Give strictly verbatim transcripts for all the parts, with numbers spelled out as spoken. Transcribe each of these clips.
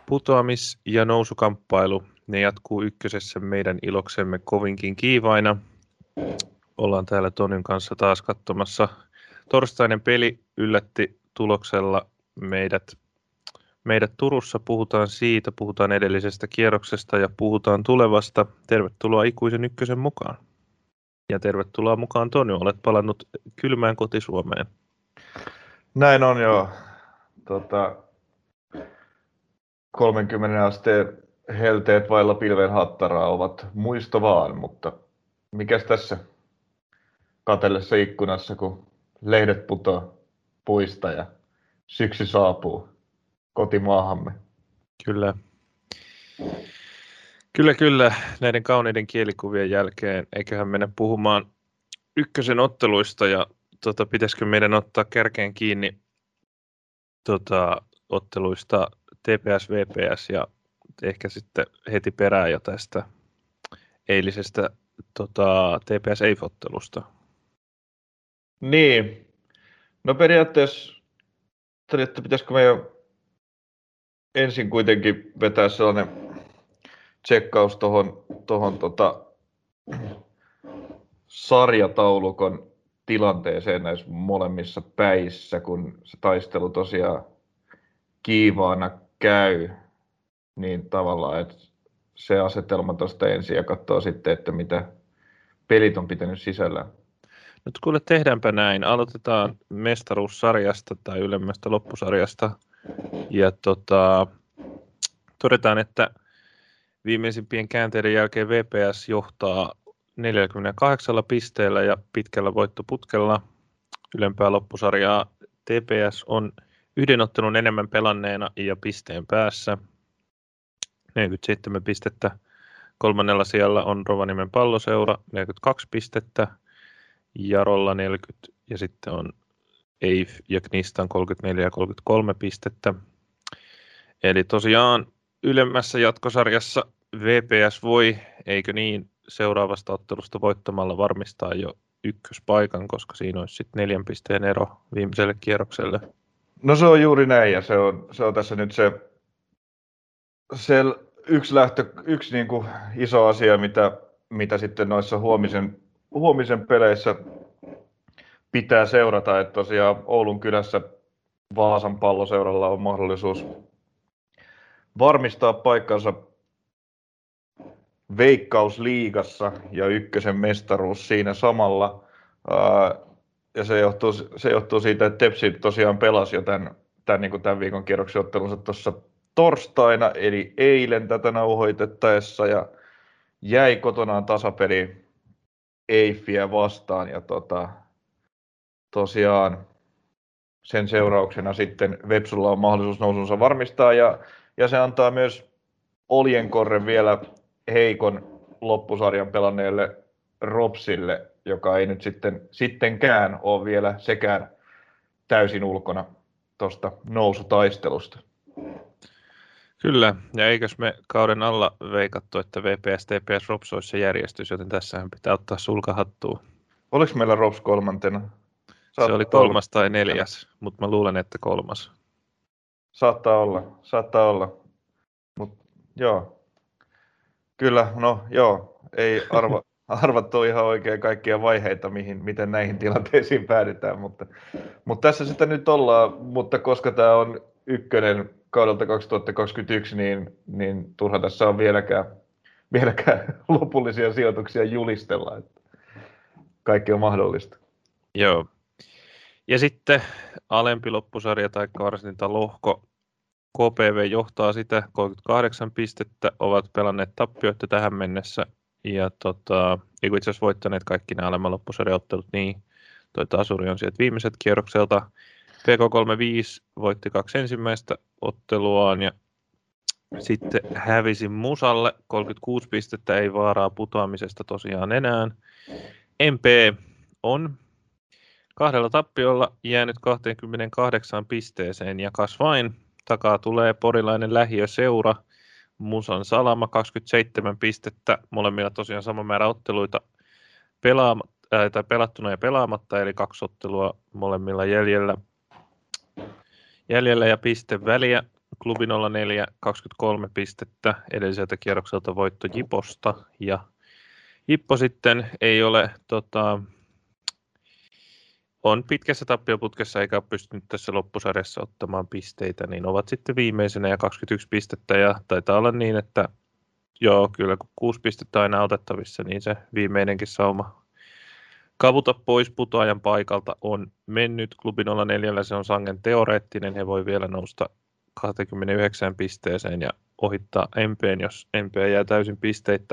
Putoamis- ja nousukamppailu, ne jatkuu ykkösessä meidän iloksemme kovinkin kiivaina. Ollaan täällä Tonyn kanssa taas katsomassa. Torstainen peli yllätti tuloksella meidät, meidät Turussa. Puhutaan siitä, puhutaan edellisestä kierroksesta ja puhutaan tulevasta. Tervetuloa ikuisen ykkösen mukaan. Ja tervetuloa mukaan Tony, olet palannut kylmään kotisuomeen. Näin on jo. Tota, kolmekymmentä asteen helteet vailla pilven hattaraa ovat muisto vaan, mutta mikäs tässä katellessa ikkunassa, kun lehdet putoo puista ja syksy saapuu kotimaahamme. Kyllä. Kyllä, kyllä. Näiden kauniiden kielikuvien jälkeen eiköhän mennä puhumaan ykkösen otteluista ja tota, pitäisikö meidän ottaa kärkeen kiinni tota, otteluista T P S, V P S ja ehkä sitten heti perään jo tästä eilisestä tota, T P S E I F-ottelusta. Niin. No periaatteessa, että pitäisikö me jo ensin kuitenkin vetää sellainen tsekkaus tuohon tohon, tota, sarjataulukon tilanteeseen näissä molemmissa päissä, kun se taistelu tosiaan kiivaana käy, niin tavallaan, että se asetelma tuosta ensin ja katsoo sitten, että mitä pelit on pitänyt sisällään. Nyt kuule, tehdäänpä näin. Aloitetaan mestaruussarjasta tai ylemmästä loppusarjasta ja tota, todetaan, että viimeisimpien käänteiden jälkeen V P S johtaa neljäkymmentäkahdeksan pisteellä ja pitkällä voittoputkella ylempää loppusarjaa. T P S on yhden ottelun enemmän pelanneena ja pisteen päässä. neljäkymmentäseitsemän pistettä. Kolmannella sijalla on Rovaniemen Palloseura, neljäkymmentäkaksi pistettä. Jarolla neljäkymmentä ja sitten on E I F ja Knistan kolmekymmentäneljä ja kolmekymmentäkolme pistettä. Eli tosiaan ylemmässä jatkosarjassa V P S voi, eikö niin, seuraavasta ottelusta voittamalla varmistaa jo ykköspaikan, koska siinä olisi sitten neljän pisteen ero viimeiselle kierrokselle. No se on juuri näin, ja se on, se on tässä nyt se, se yksi, lähtö, yksi niin kuin iso asia, mitä, mitä sitten noissa huomisen, huomisen peleissä pitää seurata, että tosiaan Oulun kylässä Vaasan Palloseuralla on mahdollisuus varmistaa paikkansa Veikkausliigassa ja ykkösen mestaruus siinä samalla. Ja se johtuu, se johtuu siitä, että Tepsi tosiaan pelasi jo tämän, tämän, niin kuin tämän viikon kierroksen ottelunsa tuossa torstaina, eli eilen tätä nauhoitettaessa, ja jäi kotonaan tasapeli E I Fiä vastaan. Ja tota, tosiaan sen seurauksena sitten Vepsulla on mahdollisuus nousunsa varmistaa, ja, ja se antaa myös oljenkorren vielä heikon loppusarjan pelanneelle Ropsille, joka ei nyt sitten, sittenkään ole vielä sekään täysin ulkona tuosta nousutaistelusta. Kyllä, ja eikös me kauden alla veikattu, että V P S, T P S, Rops olisi se järjestys, joten tässähän pitää ottaa sulkahattua. Oliko meillä Rops kolmantena? Saattaa se oli kolmas olla. Tai neljäs, mutta mä luulen, että kolmas. Saattaa olla, saattaa olla. Mut joo. Kyllä, no joo, ei arva, arvattu ihan oikein kaikkia vaiheita, mihin, miten näihin tilanteisiin päädytään, mutta, mutta tässä sitä nyt ollaan, mutta koska tämä on ykkönen kaudelta kaksituhattakaksikymmentäyksi, niin, niin turha tässä on vieläkään, vieläkään lopullisia sijoituksia julistella, että kaikki on mahdollista. Joo, ja sitten alempi loppusarja tai karsinta lohko. K P V johtaa sitä, kolmekymmentäkahdeksan pistettä, ovat pelanneet tappioita tähän mennessä ja tota, itse asiassa voittaneet kaikki nämä alemman loppusarjaottelut, niin toi tasuri on sieltä viimeiset kierrokselta. P K kolmekymmentäviisi voitti kaksi ensimmäistä otteluaan ja sitten hävisi Musalle, kolmekymmentäkuusi pistettä, ei vaaraa putoamisesta tosiaan enää. M P on kahdella tappiolla jäänyt kaksikymmentäkahdeksan pisteeseen ja kas vain. Takaa tulee porilainen lähiöseura, Musan Salama kaksikymmentäseitsemän pistettä, molemmilla tosiaan sama määrä otteluita pelaama, äh, tai pelattuna ja pelaamatta, eli kaksi ottelua molemmilla jäljellä, jäljellä ja piste väliä. klubi nolla neljä kaksikymmentäkolme pistettä, edelliseltä kierrokselta voitto Jiposta, ja Jippo sitten ei ole, tota, on pitkässä tappioputkessa eikä ole pystynyt tässä loppusarjassa ottamaan pisteitä, niin ovat sitten viimeisenä ja kaksikymmentäyksi pistettä, ja taitaa olla niin, että joo, kyllä kun kuusi pistettä aina otettavissa, niin se viimeinenkin sauma kavuta pois putoajan paikalta on mennyt. Klubi nolla neljä se on sangen teoreettinen, he voi vielä nousta kaksikymmentäyhdeksän pisteeseen ja ohittaa M P:n, jos M P jää täysin pisteittä.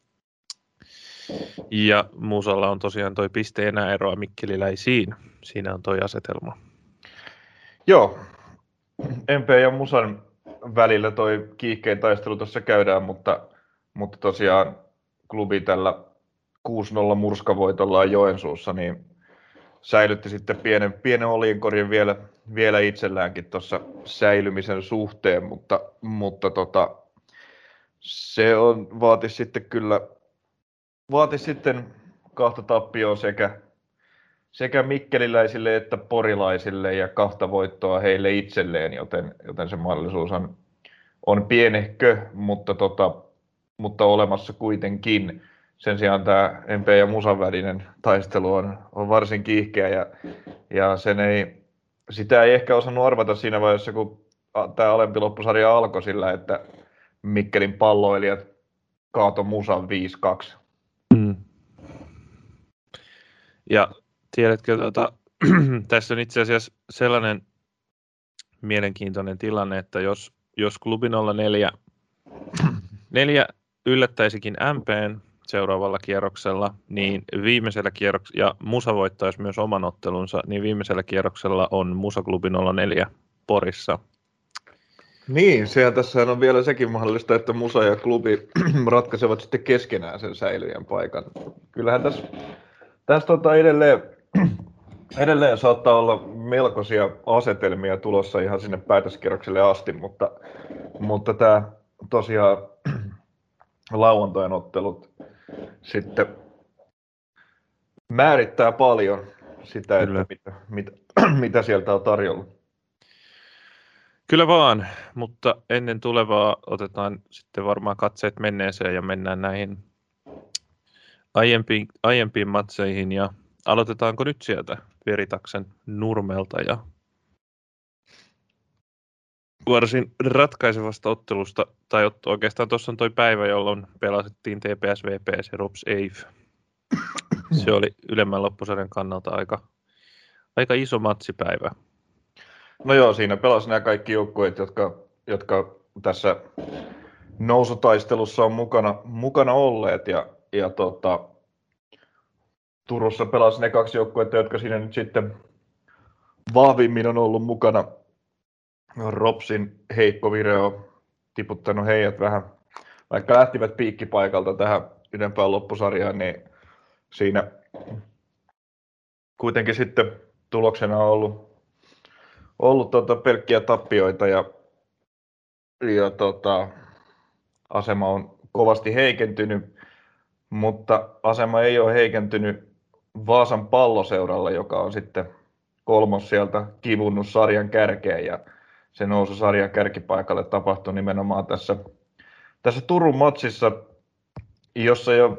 Ja Musalla on tosiaan toi piste enää eroa mikkeliläisiin. Siinä on toi asetelma. Joo, M P ja Musan välillä toi kiihkein taistelu tuossa käydään, mutta, mutta tosiaan klubi tällä kuusi nolla murskavoitollaan Joensuussa niin säilytti sitten pienen, pienen oljenkorjen vielä, vielä itselläänkin tuossa säilymisen suhteen, mutta, mutta tota, se on, vaati sitten kyllä vaati sitten kahta tappioa sekä, sekä mikkeliläisille että porilaisille ja kahta voittoa heille itselleen, joten, joten se mahdollisuus on, on pienehkö, mutta, tota, mutta olemassa kuitenkin. Sen sijaan tämä M P ja Musan välinen taistelu on, on varsin kiihkeä ja, ja sen ei, sitä ei ehkä osannut arvata siinä vaiheessa, kun tämä alempi loppusarja alkoi sillä, että Mikkelin palloilijat kaato Musan viisi kaksi. Mm. Ja tiedätkö, tuota, tässä on itse asiassa sellainen mielenkiintoinen tilanne, että jos, jos klubi nolla neljä neljä yllättäisikin M P:n seuraavalla kierroksella, niin viimeisellä kierroksella, ja Musa voittaisi myös oman ottelunsa, niin viimeisellä kierroksella on Musa klubi nolla neljä Porissa. Niin, sehän tässä on vielä sekin mahdollista, että Musa ja klubi ratkaisevat sitten keskenään sen säilyjän paikan. Kyllähän tässä, tässä tota edelleen, edelleen saattaa olla melkoisia asetelmia tulossa ihan sinne päätöskierrokselle asti, mutta, mutta tämä tosiaan lauantain ottelut sitten määrittää paljon sitä, Kyllä. että mitä, mitä, mitä sieltä on tarjolla. Kyllä vaan, mutta ennen tulevaa otetaan sitten varmaan katseet menneeseen ja mennään näihin aiempiin, aiempiin matseihin ja aloitetaanko nyt sieltä Veritaksen Nurmelta ja varsin ratkaisevasta ottelusta, tai oikeastaan tuossa on toi päivä, jolloin pelasittiin T P S V P S ja Rops Eif. Se oli ylemmän loppusarjan kannalta aika, aika iso matsipäivä. No joo, siinä pelasi nämä kaikki joukkueet, jotka, jotka tässä nousutaistelussa on mukana, mukana olleet. Ja, ja tota, Turussa pelasi ne kaksi joukkuetta, jotka siinä nyt sitten vahvimmin on ollut mukana. Ropsin heikko vire on tiputtanut heidät vähän, vaikka lähtivät piikkipaikalta tähän ylempään loppusarjaan, niin siinä kuitenkin sitten tuloksena on ollut ollut tota pelkkiä tappioita ja, ja tota, asema on kovasti heikentynyt, mutta asema ei ole heikentynyt Vaasan Palloseuralla, joka on sitten kolmos sieltä kivunnut sarjan kärkeen ja se nousu sarjan kärkipaikalle tapahtui nimenomaan tässä, tässä Turun matsissa, jossa jo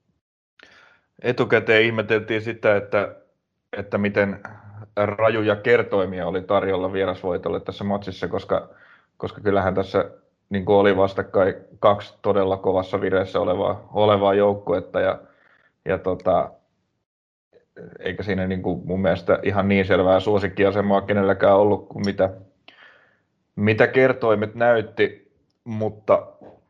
etukäteen ihmeteltiin sitä, että, että miten rajuja kertoimia oli tarjolla vierasvoitolle tässä matsissa, koska, koska kyllähän tässä niin kuin oli vastakkain kaksi todella kovassa vireessä olevaa, olevaa joukkuetta ja, ja tota, eikä siinä niin kuin mun mielestä ihan niin selvää suosikkiasemaa kenelläkään ollut kuin mitä, mitä kertoimet näytti, mutta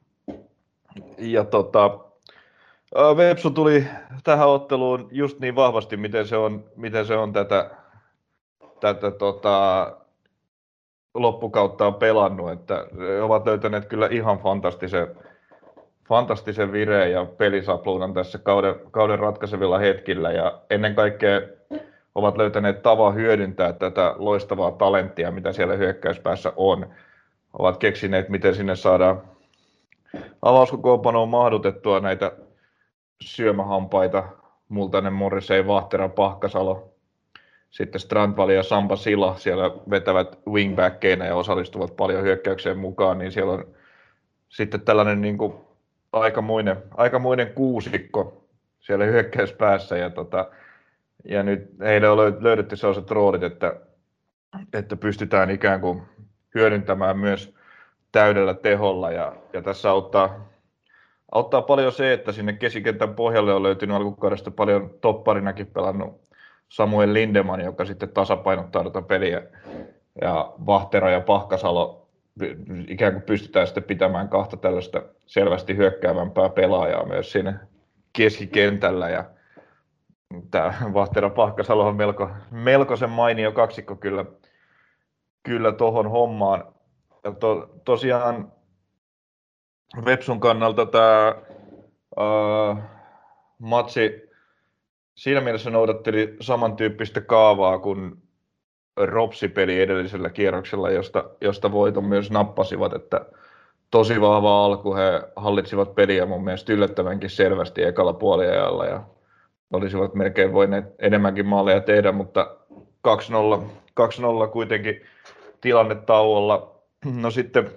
ja tota, Vepsu tuli tähän otteluun just niin vahvasti, miten se on, miten se on tätä tätä tota, loppukautta on pelannut, että ovat löytäneet kyllä ihan fantastisen, fantastisen vireen ja pelisapluunan tässä kauden, kauden ratkaisevilla hetkillä ja ennen kaikkea ovat löytäneet tavan hyödyntää tätä loistavaa talenttia, mitä siellä hyökkäyspäässä on. Ovat keksineet, miten sinne saadaan avauskokoonpanoon mahdutettua näitä syömähampaita, Multanen, Morrissey, Vahtera, Pahkasalo, sitten Strandvall ja Sampa Sila siellä vetävät wingbackkeinä ja osallistuvat paljon hyökkäykseen mukaan, niin siellä on sitten tällainen niin kuin aikamoinen, aikamoinen kuusikko siellä hyökkäyspäässä, ja, tota, ja nyt heille on löydetty sellaiset roolit, että, että pystytään ikään kuin hyödyntämään myös täydellä teholla, ja, ja tässä auttaa, auttaa paljon se, että sinne keskikentän pohjalle on löytynyt alkukaudesta paljon topparinakin pelannut Samuel Lindeman, joka sitten tasapainottaa tätä peliä, ja Vahtera ja Pahkasalo ikään kuin pystytään sitten pitämään kahta tällaista selvästi hyökkäävämpää pelaajaa myös sinne keskikentällä, ja tämä Vahtera Pahkasalo on melko, melkoisen mainio kaksikko kyllä, kyllä tuohon hommaan. Ja to, tosiaan Vepsun kannalta tämä uh, matsi siinä mielessä noudatteli samantyyppistä kaavaa kuin Ropsi-peli edellisellä kierroksella, josta, josta voiton myös nappasivat, että tosi vahva alku, he hallitsivat peliä mun mielestä yllättävänkin selvästi ekalla puoliajalla ja olisivat melkein voineet enemmänkin maaleja tehdä, mutta kaksi nolla, kaksi nolla kuitenkin tilanne tauolla. No sitten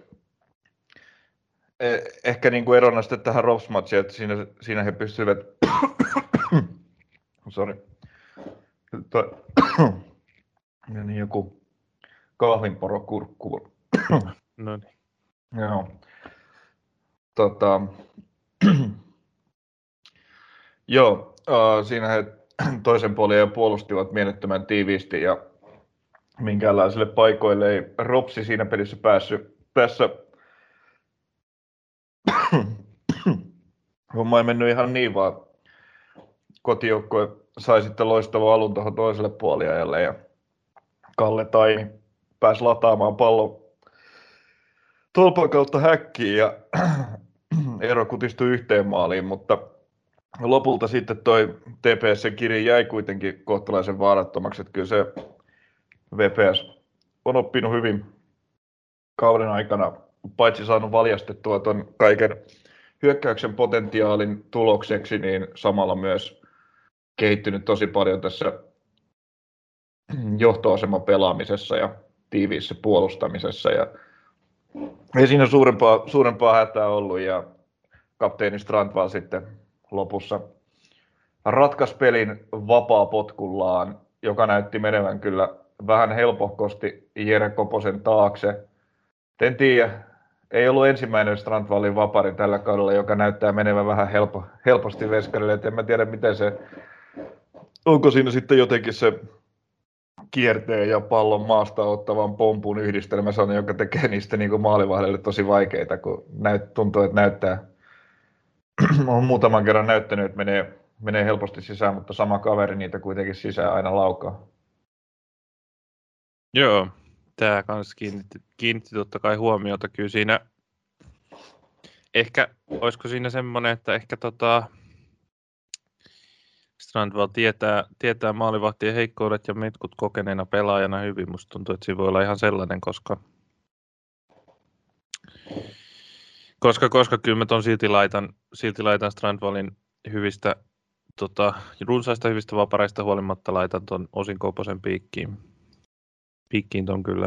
ehkä niin kuin erona sitten tähän Rops-matsiin, että siinä, siinä he pystyivät sorry. Ja niin joku kahvinporo kurkkuun. No niin. Joo. Tota, joo, äh, siinä he toisen puolen puolustivat mielettömän tiiviisti ja minkäänlaisille paikoille ei Ropsi siinä pelissä päässyt. Tässä homma ei mennyt ihan niin, vaan kotijoukkue sai sitten loistavan alun tuohon toiselle puoliajalle ja Kalle Taimi pääsi lataamaan pallon tolpan kautta häkkiin ja ero kutistui yhteen maaliin, mutta lopulta sitten toi T P S-kirja jäi kuitenkin kohtalaisen vaarattomaksi, että kyllä se V P S on oppinut hyvin kauden aikana, paitsi saanut valjastettua ton kaiken hyökkäyksen potentiaalin tulokseksi, niin samalla myös kehittynyt tosi paljon tässä johtoaseman pelaamisessa ja tiiviissä puolustamisessa. Ja ei siinä suurempaa, suurempaa hätää ollut ja kapteeni Strandvall sitten lopussa ratkaisi pelin vapaapotkullaan, joka näytti menevän kyllä vähän helpohkosti Jere Koposen taakse. En tiedä, ei ollut ensimmäinen Strandvallin vapari tällä kaudella, joka näyttää menevän vähän helpo, helposti veskarille. Et en mä tiedä, miten se, onko siinä sitten jotenkin se kierteen ja pallon maasta ottavan pompun yhdistelmä on, joka tekee niistä niin kuin maalivahdelle tosi vaikeita, kun näyt, tuntuu, että näyttää, on muutaman kerran näyttänyt, että menee, menee helposti sisään, mutta sama kaveri niitä kuitenkin sisään aina laukaa. Joo, tämä kanssa kiinnitti, kiinnitti totta kai huomiota. Kyllä siinä, ehkä, olisiko siinä semmoinen, että ehkä tota, Strandvall tietää, tietää maalivahtien heikkoudet ja metkut kokeneena pelaajana hyvin. Musta tuntuu, että siinä voi olla ihan sellainen, koska, koska, koska kyllä mä ton silti laitan, silti laitan Strandvallin hyvistä, tota, runsaista hyvistä vapareista huolimatta laitan ton Osin Koposen piikkiin. Piikkiin ton kyllä.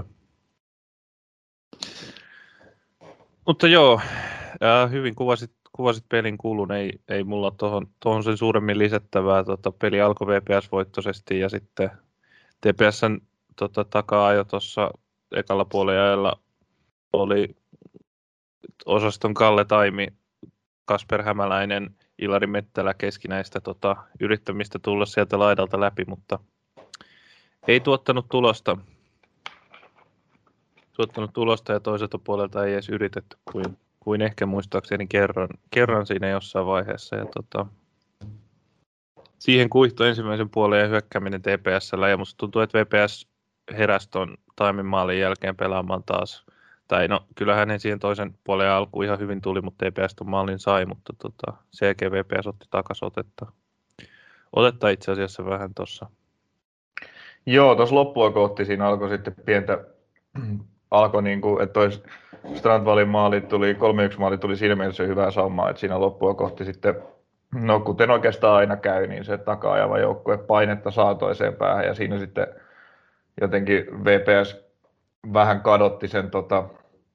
Mutta joo, ää, hyvin kuvasit, kuvasit pelin kulun. Ei, ei mulla tohon, tohon sen suuremmin lisättävää. Tota, peli alkoi V P S-voittoisesti ja sitten T P S:n tota, taka-ajo tuossa ekalla puoliajalla oli osaston Kalle Taimi, Kasper Hämäläinen, Ilari Mettälä keskinäistä tota, yrittämistä tulla sieltä laidalta läpi, mutta ei tuottanut tulosta. Tuottanut tulosta ja toiselta puolelta ei edes yritetty kuin, kuin ehkä muistaakseni kerran, kerran siinä jossain vaiheessa. Ja tota, siihen kuihtui ensimmäisen puolen ja hyökkääminen T P S:llä ja musta tuntuu, että V P S heräsi ton Taimin maalin jälkeen pelaamaan taas. Tai no, kyllähän ne siihen toisen puolen alkuun ihan hyvin tuli, mutta T P S ton maalin sai, mutta tota, sen jälkeen V P S otti takaisin otetta. Otetta itse asiassa vähän tuossa. Joo, tuossa loppua kohti siinä alkoi sitten pientä, alkoi niin kuin, että toi Strandvallin maali tuli, kolme yksi maali tuli siinä mielessä hyvää saumaa, että siinä loppua kohti sitten No kuten oikeastaan aina käy, niin se taka-ajava joukkue painetta saa toiseen päähän ja siinä sitten jotenkin V P S vähän kadotti sen tota,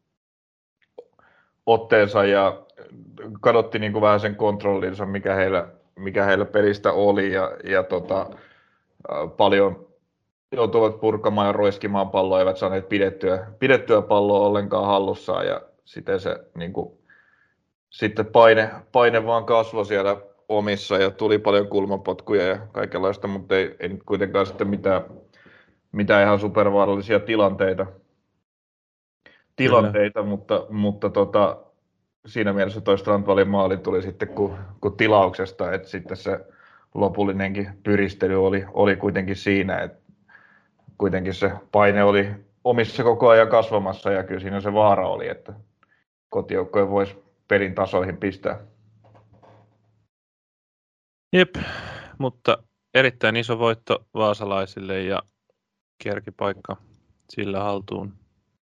otteensa ja kadotti niin kuin vähän sen kontrollinsa, mikä heillä, mikä heillä pelistä oli ja, ja tota, paljon joutuivat purkamaan ja roiskimaan palloa, eivät saaneet pidettyä, pidettyä palloa ollenkaan hallussaan ja sitten se niin kuin, sitten paine, paine vaan kasvoi siellä omissa ja tuli paljon kulmapotkuja ja kaikenlaista, mutta ei, ei nyt kuitenkaan sitten mitään, mitään ihan supervaarallisia tilanteita, Kyllä. tilanteita mutta, mutta tota, siinä mielessä toi Strandvalin maali tuli sitten kuin, kuin tilauksesta, että sitten se lopullinenkin pyristely oli, oli kuitenkin siinä, että kuitenkin se paine oli omissa koko ajan kasvamassa ja kyllä siinä se vaara oli, että kotijoukkoja voisi pelin tasoihin pistää. Jep, mutta erittäin iso voitto vaasalaisille ja kärkipaikka sillä haltuun.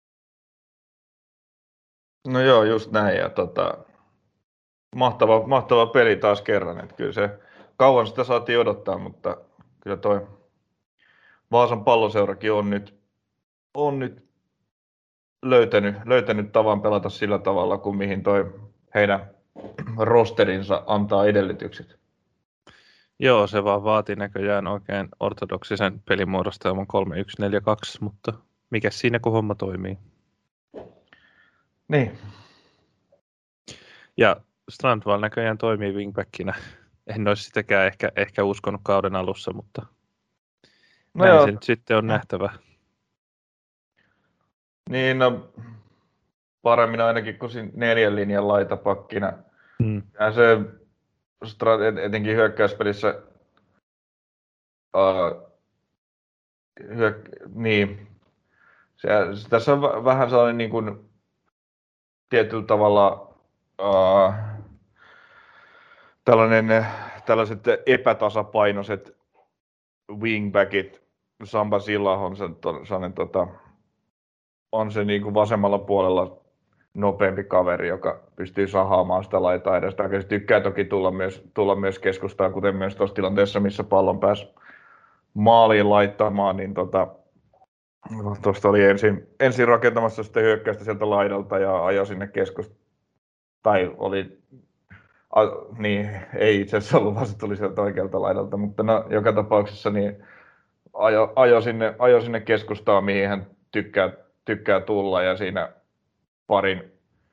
No joo, just näin. Ja tota, mahtava, mahtava peli taas kerran. Että kyllä se, kauan sitä saatiin odottaa, mutta kyllä toi Vaasan palloseurakin on nyt, on nyt löytänyt, löytänyt tavan pelata sillä tavalla, kuin mihin toi heidän rosterinsa antaa edellytykset. Joo, se vaan vaatii näköjään oikein ortodoksisen pelimuodostelman kolme yksi neljä kaksi, mutta mikä siinä, kun homma toimii. Niin. Ja Strandval näköjään toimii wingbackinä. En olisi sitäkään ehkä, ehkä uskonut kauden alussa, mutta No näin joo. se nyt sitten on nähtävä. Niin, no, paremmin ainakin kuin siinä neljän linjan laitapakkina. Mm. Ja se etenkin hyökkäyspelissä uh, hyök, niin, se, tässä on vähän sellainen niin kuin, tietyllä tavalla uh, tällainen, tällaiset epätasapainoiset wingbackit. Samba Sillah on se, sellainen, tota, on se niin kuin vasemmalla puolella nopeampi kaveri, joka pystyy sahaamaan sitä laitaa edestä. Se tykkää toki tulla myös, tulla myös keskustaan, kuten myös tuossa tilanteessa, missä pallon pääsi maaliin laittamaan, niin tota, tuosta oli ensin, ensin rakentamassa sitä hyökkäystä sieltä laidalta ja ajoi sinne keskustaan. Tai oli, a, niin ei itse asiassa ollut, vaan se tuli sieltä oikealta laidalta, mutta no, joka tapauksessa niin ajo, ajo, sinne, ajo sinne keskustaan, mihin hän tykkää, tykkää tulla ja siinä parin,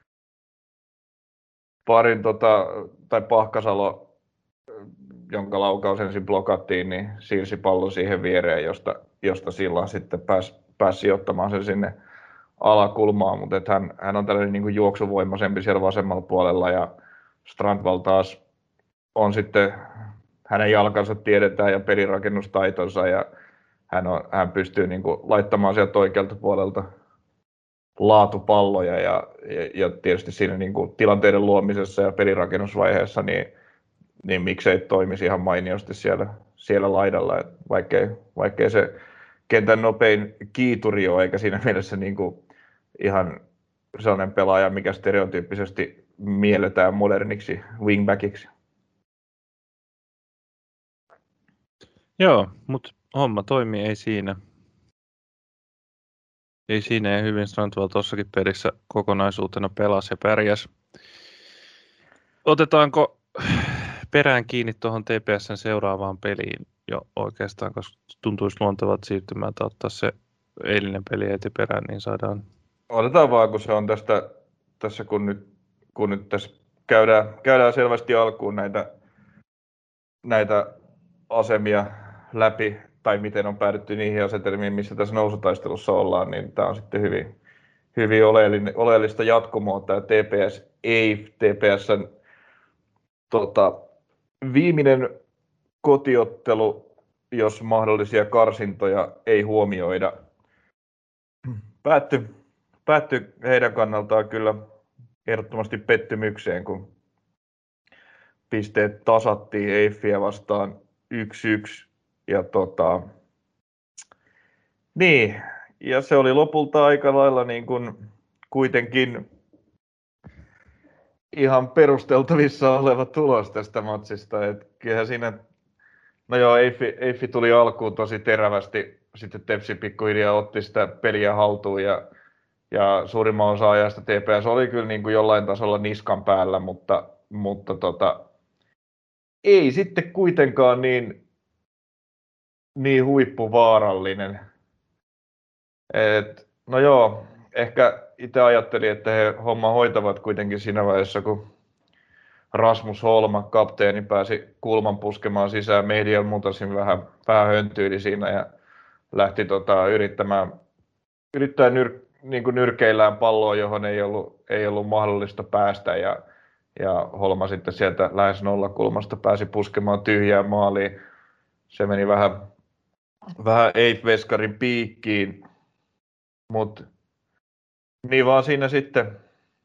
parin tota, tai Pahkasalo, jonka laukaus ensin blokattiin, niin siirsi pallon siihen viereen, josta, josta Silla sitten pääsi, pääsi sijoittamaan sen sinne alakulmaan, mutta että hän, hän on tällainen niin kuin juoksuvoimaisempi siellä vasemmalla puolella ja Strandval taas on sitten, hänen jalkansa tiedetään ja pelirakennustaitonsa ja hän, on, hän pystyy niin kuin laittamaan sieltä oikealta puolelta laatupalloja ja, ja, ja tietysti siinä niin kuin tilanteiden luomisessa ja pelirakennusvaiheessa niin, niin miksei toimisi ihan mainiosti siellä, siellä laidalla, vaikkei, vaikkei se kentän nopein kiituri ole, eikä siinä mielessä niin kuin ihan sellainen pelaaja, mikä stereotyyppisesti mielletään moderniksi wingbackiksi. Joo, mutta homma toimii, ei siinä. Ei siinä, ja hyvin Strandval tuossakin pelissä kokonaisuutena pelasi ja pärjäs. Otetaanko perään kiinni tuohon T P S:n seuraavaan peliin jo oikeastaan, koska tuntuisi luontevat siirtymältä ottaa se eilinen peli heti perään, niin saadaan... Otetaan vaan, kun se on tästä, tässä kun nyt, kun nyt tässä käydään, käydään selvästi alkuun näitä, näitä asemia läpi, tai miten on päädytty niihin asetelmiin, missä tässä nousutaistelussa ollaan, niin tämä on sitten hyvin, hyvin oleellista jatkumoa. Tämä T P S ei, T P S:n tota, viimeinen kotiottelu, jos mahdollisia karsintoja ei huomioida, päättyi päätty heidän kannaltaan kyllä ehdottomasti pettymykseen, kun pisteet tasattiin Eiffiä vastaan yksi yksi. Ja tota, niin, ja se oli lopulta aika lailla niin kuin kuitenkin ihan perusteltavissa oleva tulos tästä matsista. Et kyllähän siinä, no joo, Eiffi, Eiffi tuli alkuun tosi terävästi, sitten Tepsi pikkuhiljaa otti sitä peliä haltuun ja, ja suurimman osa ajasta T P S oli kyllä niin kuin jollain tasolla niskan päällä, mutta, mutta tota, ei sitten kuitenkaan niin, niin huippuvaarallinen. Et, no joo, ehkä itse ajattelin, että he homma hoitavat kuitenkin siinä vaiheessa, kun Rasmus Holma, kapteeni, pääsi kulman puskemaan sisään. Median muutasin vähän, vähän höntyyli siinä ja lähti tota, yrittämään yrittää nyr, niin kuin nyrkeillään palloa, johon ei ollut, ei ollut mahdollista päästä. Ja, ja Holma sitten sieltä lähes nollakulmasta pääsi puskemaan tyhjään maaliin. Se meni vähän, vähän Eif-veskarin piikkiin, mutta niin vaan siinä sitten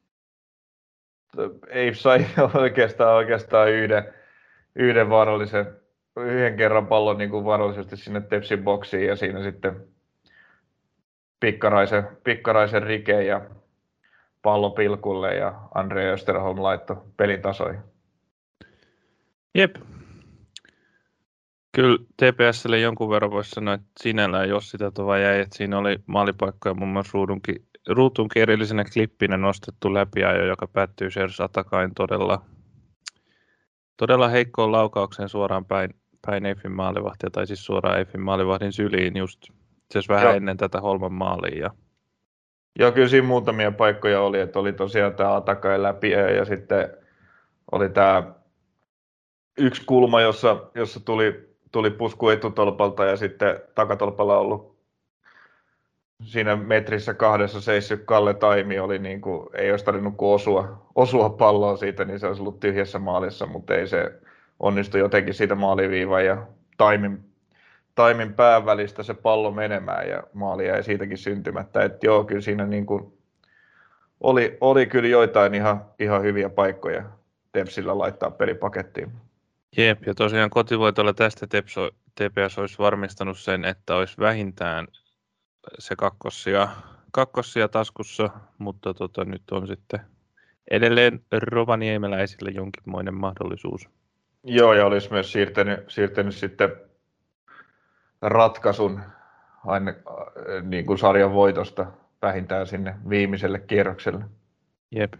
Eif sai oikeastaan, oikeastaan yhden, yhden vaarallisen, yhden kerran pallon niin kuin vaarallisesti sinne Tepsin boksiin ja siinä sitten Pikkaraisen, Pikkaraisen Rike ja pallo pilkulle ja Andre Österholm laittoi pelin tasoihin. Jep. Kyllä T P S:lle jonkun verran voisi sanoa, että sinällään jos sitä tova jäi, että siinä oli maalipaikkoja muun muassa ruudunkin, ruutuunkin erillisenä klippinä nostettu läpiajo, joka päättyy Serge Atakain todella, todella heikkoon laukaukseen suoraan päin, päin Eiffin maalivahtia, tai siis suoraan Eiffin maalivahdin syliin just itse vähän Joo. ennen tätä Holman maalia. Ja... Joo, kyllä siinä muutamia paikkoja oli, että oli tosiaan tämä Atakain läpiajo ja sitten oli tämä yksi kulma, jossa, jossa tuli, tuli pusku etutolpalta ja sitten takatolpalla ollut siinä metrissä kahdessa seissyt Kalle Taimi oli niin kuin, ei olisi tarvinnut kuin osua, osua palloa siitä, niin se olisi ollut tyhjässä maalissa, mutta ei se onnistu jotenkin siitä maaliviivan ja Taimin, Taimin pään välistä se pallo menemään ja maali jäi siitäkin syntymättä. Että joo, kyllä siinä niin kuin oli, oli kyllä joitain ihan, ihan hyviä paikkoja Tepsillä laittaa pelipakettiin. Jep, ja tosiaan kotivoitolla tästä T P S olisi varmistanut sen, että olisi vähintään se kakkossia, kakkossia taskussa, mutta tota, nyt on sitten edelleen rovaniemeläisillä jonkinmoinen mahdollisuus. Joo, ja olisi myös siirtänyt, siirtänyt sitten ratkaisun aina, niin kuin sarjan voitosta vähintään sinne viimeiselle kierrokselle. Jep.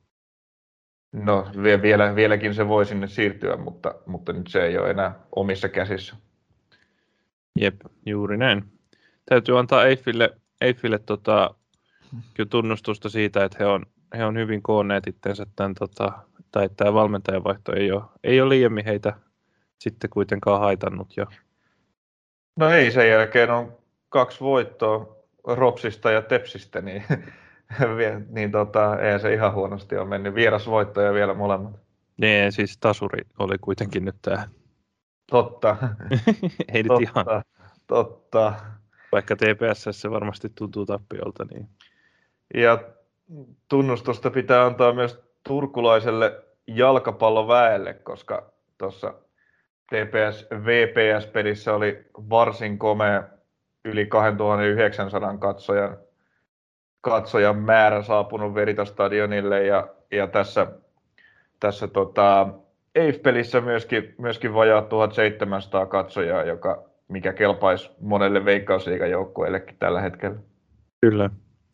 No vielä, vieläkin se voi sinne siirtyä, mutta, mutta nyt se ei ole enää omissa käsissä. Jep, juuri näin. Täytyy antaa Eiffille, Eiffille tota, kyllä tunnustusta siitä, että he on, he on hyvin koonneet itsensä tämän, tota, tai tämä valmentajavaihto ei ole, ei ole liiemmin heitä sitten kuitenkaan haitannut. Ja... No ei, sen jälkeen on kaksi voittoa Ropsista ja Tepsistä, niin, niin tota, ei se ihan huonosti ole mennyt. Vierasvoittoja vielä molemmat. Nee, siis tasuri oli kuitenkin nyt tämä. Totta. ei nyt totta, ihan. Totta. Vaikka T P S se varmasti tuntuu tappiolta. Niin. Ja tunnustusta pitää antaa myös turkulaiselle jalkapalloväelle, koska tuossa T P S V P S-pelissä oli varsin komea yli kaksituhattayhdeksänsataa katsojan, katsojan määrä saapunut Veritas-stadionille ja, ja tässä, tässä tota, E I F-pelissä myöskin, myöskin vajaa tuhatseitsemänsataa katsojaa, joka, mikä kelpaisi monelle veikkausliigajoukkueellekin tällä hetkellä. Kyllä.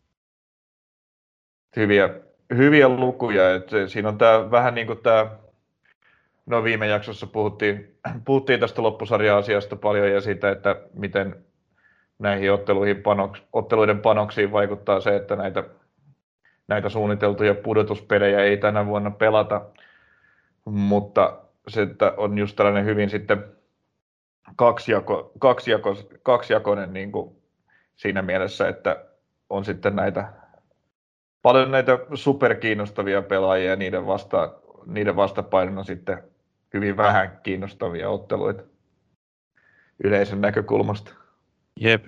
Hyviä, hyviä lukuja. Et siinä on tää, vähän niin kuin tämä, no viime jaksossa puhuttiin, puhuttiin tästä loppusarja-asiasta paljon ja siitä, että miten näihin otteluihin panoks, otteluiden panoksiin vaikuttaa se, että näitä, näitä suunniteltuja pudotuspelejä ei tänä vuonna pelata, mutta se että on just tällainen hyvin sitten kaksijako, kaksijako, kaksijakoinen niin kuin siinä mielessä, että on sitten näitä paljon näitä superkiinnostavia pelaajia ja niiden, vasta, niiden vastapainona sitten hyvin vähän kiinnostavia otteluita yleisön näkökulmasta. Jep.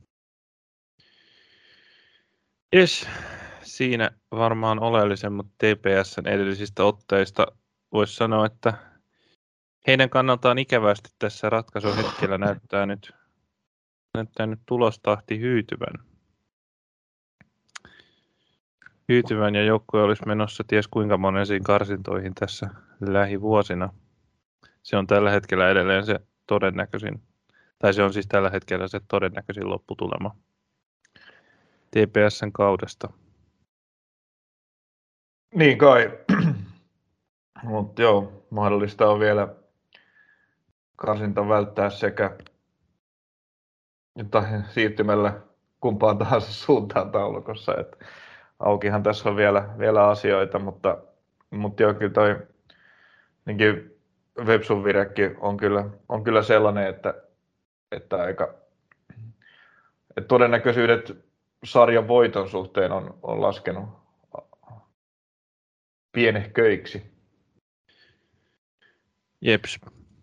Yes. Siinä varmaan oleellisemmat T P S:n edellisistä otteista voisi sanoa, että heidän kannaltaan ikävästi tässä ratkaisuhetkellä näyttää nyt, näyttää nyt tulostahti hyytyvän. hyytyvän ja joukkue olisi menossa ties kuinka monensiin karsintoihin tässä lähivuosina. Se on tällä hetkellä edelleen se todennäköisin, tai se on siis tällä hetkellä se todennäköisin lopputulema T P S:n kaudesta. Niin kai, mutta joo, mahdollista on vielä karsinta välttää sekä tai siirtymällä kumpaan tahansa suuntaan taulukossa. Et aukihan tässä on vielä, vielä asioita, mutta, mutta joo, kyllä toi niin Vepsun virekki on kyllä, on kyllä sellainen, että, että aika että todennäköisyydet sarjan voiton suhteen on, on laskenut pienehköiksi. Jeps.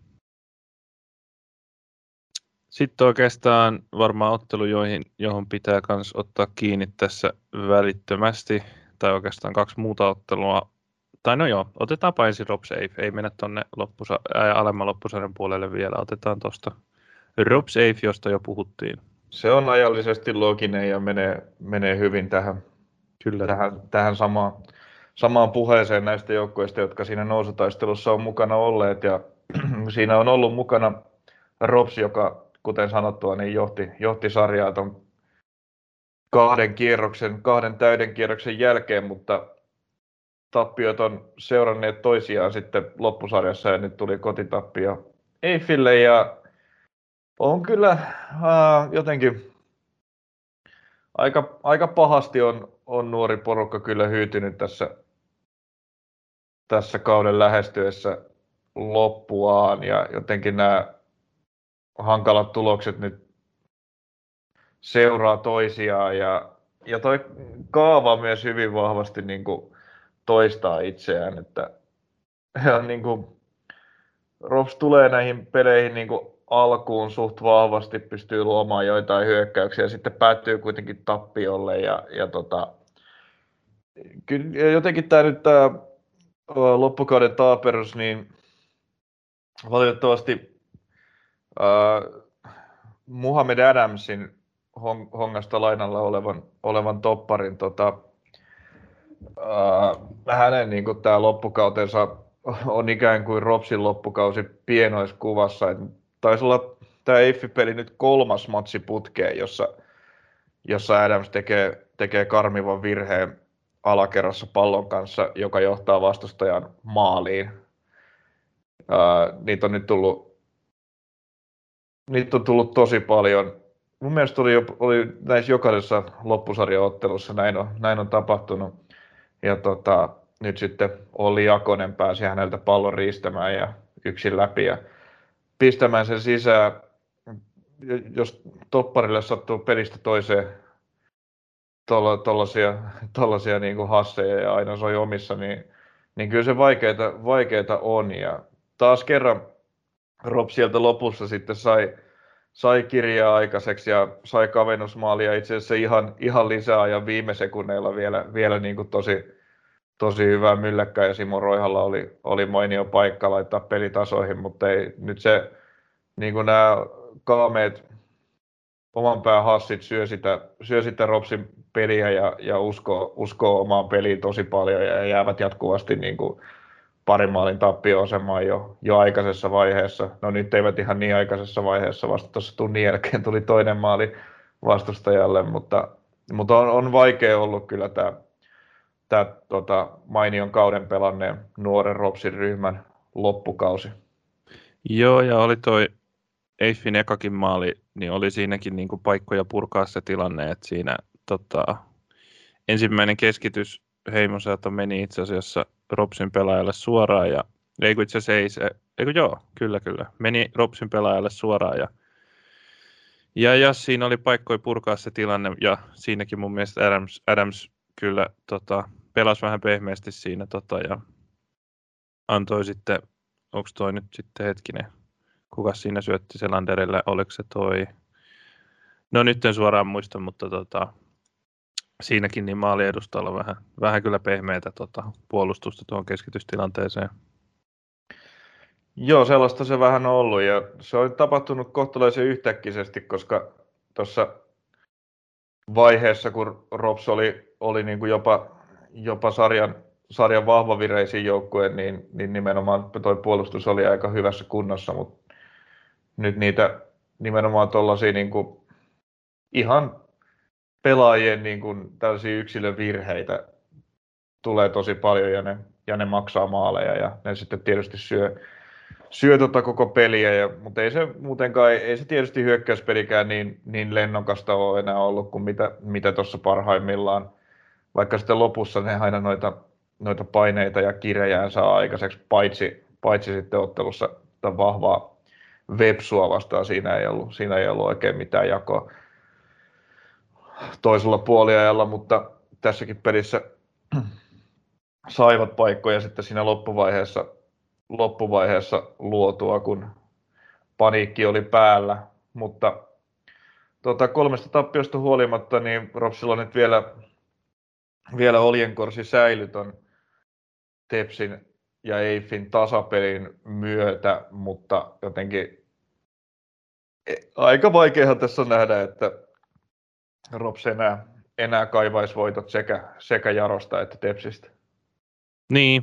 Sitten oikeastaan varmaan ottelu, joihin, johon pitää myös ottaa kiinni tässä välittömästi, tai oikeastaan kaksi muuta ottelua. Tai no joo, otetaanpa ensin Rob Safe, ei mennä tuonne loppusa- äh, alemman loppusarjan puolelle vielä, otetaan tuosta Rob Safe, josta jo puhuttiin. Se on ajallisesti looginen ja menee, menee hyvin tähän, Kyllä. tähän, tähän samaan, samaan puheeseen näistä joukkueista, jotka siinä nousutaistelussa on mukana olleet. Ja siinä on ollut mukana Robs, joka kuten sanottua, niin johti, johti sarjaa ton kahden kierroksen, kahden täyden kierroksen jälkeen, mutta tappiot on seuranneet toisiaan sitten loppusarjassa ja nyt tuli kotitappio Eiffille ja on kyllä äh, jotenkin aika, aika pahasti on, on nuori porukka kyllä hyytynyt tässä, tässä kauden lähestyessä loppuaan ja jotenkin nämä hankalat tulokset nyt seuraa toisiaan ja, ja toi kaava myös hyvin vahvasti niin kuin toistaa itseään, että niin kuin Robs tulee näihin peleihin niin kuin alkuun suht vahvasti, pystyy luomaan joitain hyökkäyksiä ja sitten päättyy kuitenkin tappiolle ja, ja tota, kyllä jotenkin tämä nyt tämä loppukauden taaperus, niin valitettavasti äh, Muhammed Adamsin hongasta lainalla olevan, olevan topparin tota, äh, hänen niin kuin tämä loppukautensa on ikään kuin Robsin loppukausi pienoiskuvassa. Et taisi olla tämä Eiffi-peli nyt kolmas matsi putkeen, jossa, jossa Adams tekee, tekee karmivan virheen alakerrassa pallon kanssa, joka johtaa vastustajan maaliin. Äh, niitä on nyt tullut, niitä on tullut tosi paljon. Mun mielestä oli, oli näissä jokaisessa loppusarjaottelussa näin on, näin on tapahtunut. Ja tota, nyt sitten Olli Jakonen pääsi häneltä pallon riistämään ja yksin läpi ja pistämään sen sisään. Jos topparille sattuu pelistä toiseen tollaisia, tollaisia niin kuin hasseja ja aina soi omissa, niin, niin kyllä se vaikeita, vaikeita on. Ja taas kerran Rob sieltä lopussa sitten sai, sai kirjaa aikaiseksi ja sai kavennusmaalia itse asiassa ihan, ihan lisäajan viime sekunneilla vielä, vielä niin kuin tosi, tosi hyvä mylläkkä ja Simo Roihalla oli, oli mainio paikka laittaa pelitasoihin, mutta ei, nyt se niin kuin nämä kaameet oman pään hassit syö sitä, syö sitä Robsin peliä ja, ja uskoo, uskoo omaan peliin tosi paljon ja jäävät jatkuvasti niin kuin parin maalin tappio-asemaan jo, jo aikaisessa vaiheessa. No nyt eivät ihan niin aikaisessa vaiheessa, vasta tuossa tunnin jälkeen tuli toinen maali vastustajalle, mutta, mutta on, on vaikea ollut kyllä tämä, tämä tota, mainion kauden pelanneen nuoren Robsin ryhmän loppukausi. Joo, ja oli toi Eiffin ekakin maali, niin oli siinäkin niin kuin paikkoja purkaa se tilanne, että siinä tota, ensimmäinen keskitys Heimoselta meni itse asiassa Robsin pelaajalle suoraan, ja ei kun itse asiassa ei se, ei kun joo, kyllä kyllä, meni Robsin pelaajalle suoraan, ja, ja, ja siinä oli paikkoja purkaa se tilanne, ja siinäkin mun mielestä Adams, Adams kyllä tota, pelasi vähän pehmeästi siinä, tota, ja antoi sitten, onko toi nyt sitten hetkinen, kuka siinä syötti Selanderille, oliko se toi, no nyt en suoraan muista, mutta tota, siinäkin niin maaliedustalla vähän, vähän kyllä pehmeätä tota, puolustusta tuohon keskitystilanteeseen. Joo, sellaista se vähän on ollut ja se on tapahtunut kohtalaisen yhtäkkisesti, koska tuossa vaiheessa, kun Robs oli, oli niin kuin jopa, jopa sarjan, sarjan vahvavireisin joukkue, niin, niin nimenomaan tuo puolustus oli aika hyvässä kunnossa, mutta nyt niitä nimenomaan tuollaisia niin kuin ihan pelaajien niin kuin tällaisia yksilövirheitä tulee tosi paljon ja ne, ja ne maksaa maaleja ja ne sitten tietysti syö, syö tota koko peliä, ja, mutta ei se muutenkaan, ei, ei se tietysti hyökkäyspelikään niin, niin lennokasta ole enää ollut kuin mitä, mitä tuossa parhaimmillaan, vaikka sitten lopussa ne aina noita, noita paineita ja kirejään saa aikaiseksi, paitsi, paitsi sitten ottelussa vahvaa Vepsua vastaan, siinä ei ollut, siinä ei ollut oikein mitään jakoa toisella puoliajalla, mutta tässäkin pelissä saivat paikkoja sitten siinä loppuvaiheessa, loppuvaiheessa luotua, kun paniikki oli päällä, mutta tuota, kolmesta tappiosta huolimatta, niin Ropsilla nyt vielä, vielä oljenkorsi säilyi ton Tepsin ja Eiffin tasapelin myötä, mutta jotenkin aika vaikeahan tässä on nähdä, että Rops enää, enää kaivaisi voitot sekä, sekä Jarosta että Tepsistä. Niin,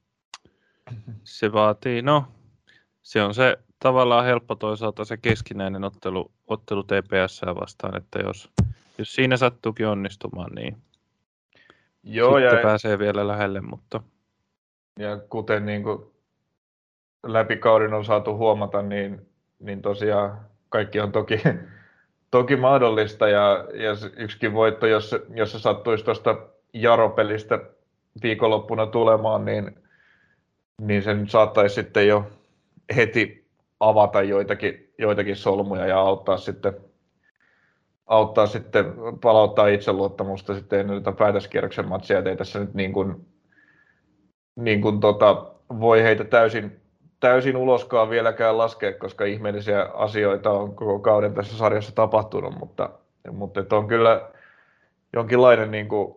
se vaatii, no se on se tavallaan helppo toisaalta se keskinäinen ottelu, ottelu T P S vastaan, että jos, jos siinä sattuukin onnistumaan, niin Joo, sitten ja, pääsee vielä lähelle, mutta... Ja kuten niin kuin läpi kauden on saatu huomata, niin, niin tosiaan kaikki on toki, toki mahdollista, ja, ja yksikin voitto, jos se, jos se sattuisi tuosta Jaro-pelistä viikonloppuna tulemaan, niin, niin se nyt saattaisi sitten jo heti avata joitakin, joitakin solmuja ja auttaa sitten, auttaa sitten palauttaa itseluottamusta sitten ennen tätä päätöskierroksen matsia, ettei tässä nyt niin kuin, niin kuin tota, voi heitä täysin, täysin uloskaan vieläkään laskea, koska ihmeellisiä asioita on koko kauden tässä sarjassa tapahtunut, mutta, mutta on kyllä jonkinlainen, niin kuin,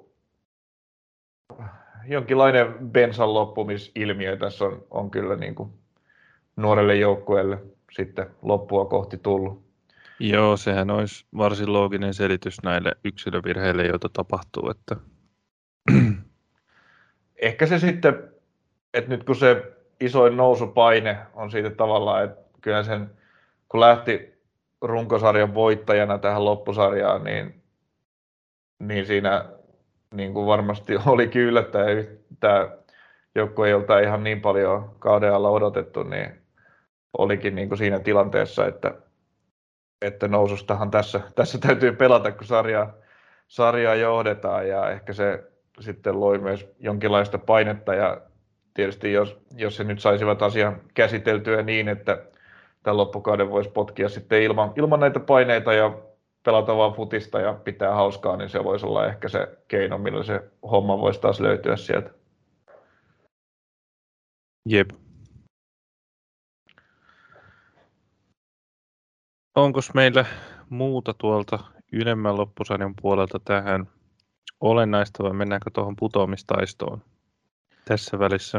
jonkinlainen bensan loppumisilmiö tässä on, on kyllä niin kuin nuorelle joukkueelle sitten loppua kohti tullut. Joo, sehän olisi varsin looginen selitys näille yksilövirheille, joita tapahtuu. Että... Ehkä se sitten, että nyt kun se isoin nousupaine on siitä tavallaan, että kyllä sen, kun lähti runkosarjan voittajana tähän loppusarjaan, niin, niin siinä niin kuin varmasti olikin yllättäen, tämä joukkue, jolta ei ihan niin paljon kauden alla odotettu, niin olikin niin kuin siinä tilanteessa, että, että nousustahan tässä, tässä täytyy pelata, kun sarjaa, sarjaa johdetaan, ja ehkä se sitten loi myös jonkinlaista painetta, ja tietysti jos, jos se nyt saisivat asian käsiteltyä niin, että tämän loppukauden voisi potkia sitten ilman, ilman näitä paineita ja pelata vaan futista ja pitää hauskaa, niin se voisi olla ehkä se keino, millä se homma voisi taas löytyä sieltä. Jep. Onko meillä muuta tuolta ylemmän loppusarjan puolelta tähän olennaista vai mennäänkö tuohon putoamistaistoon tässä välissä?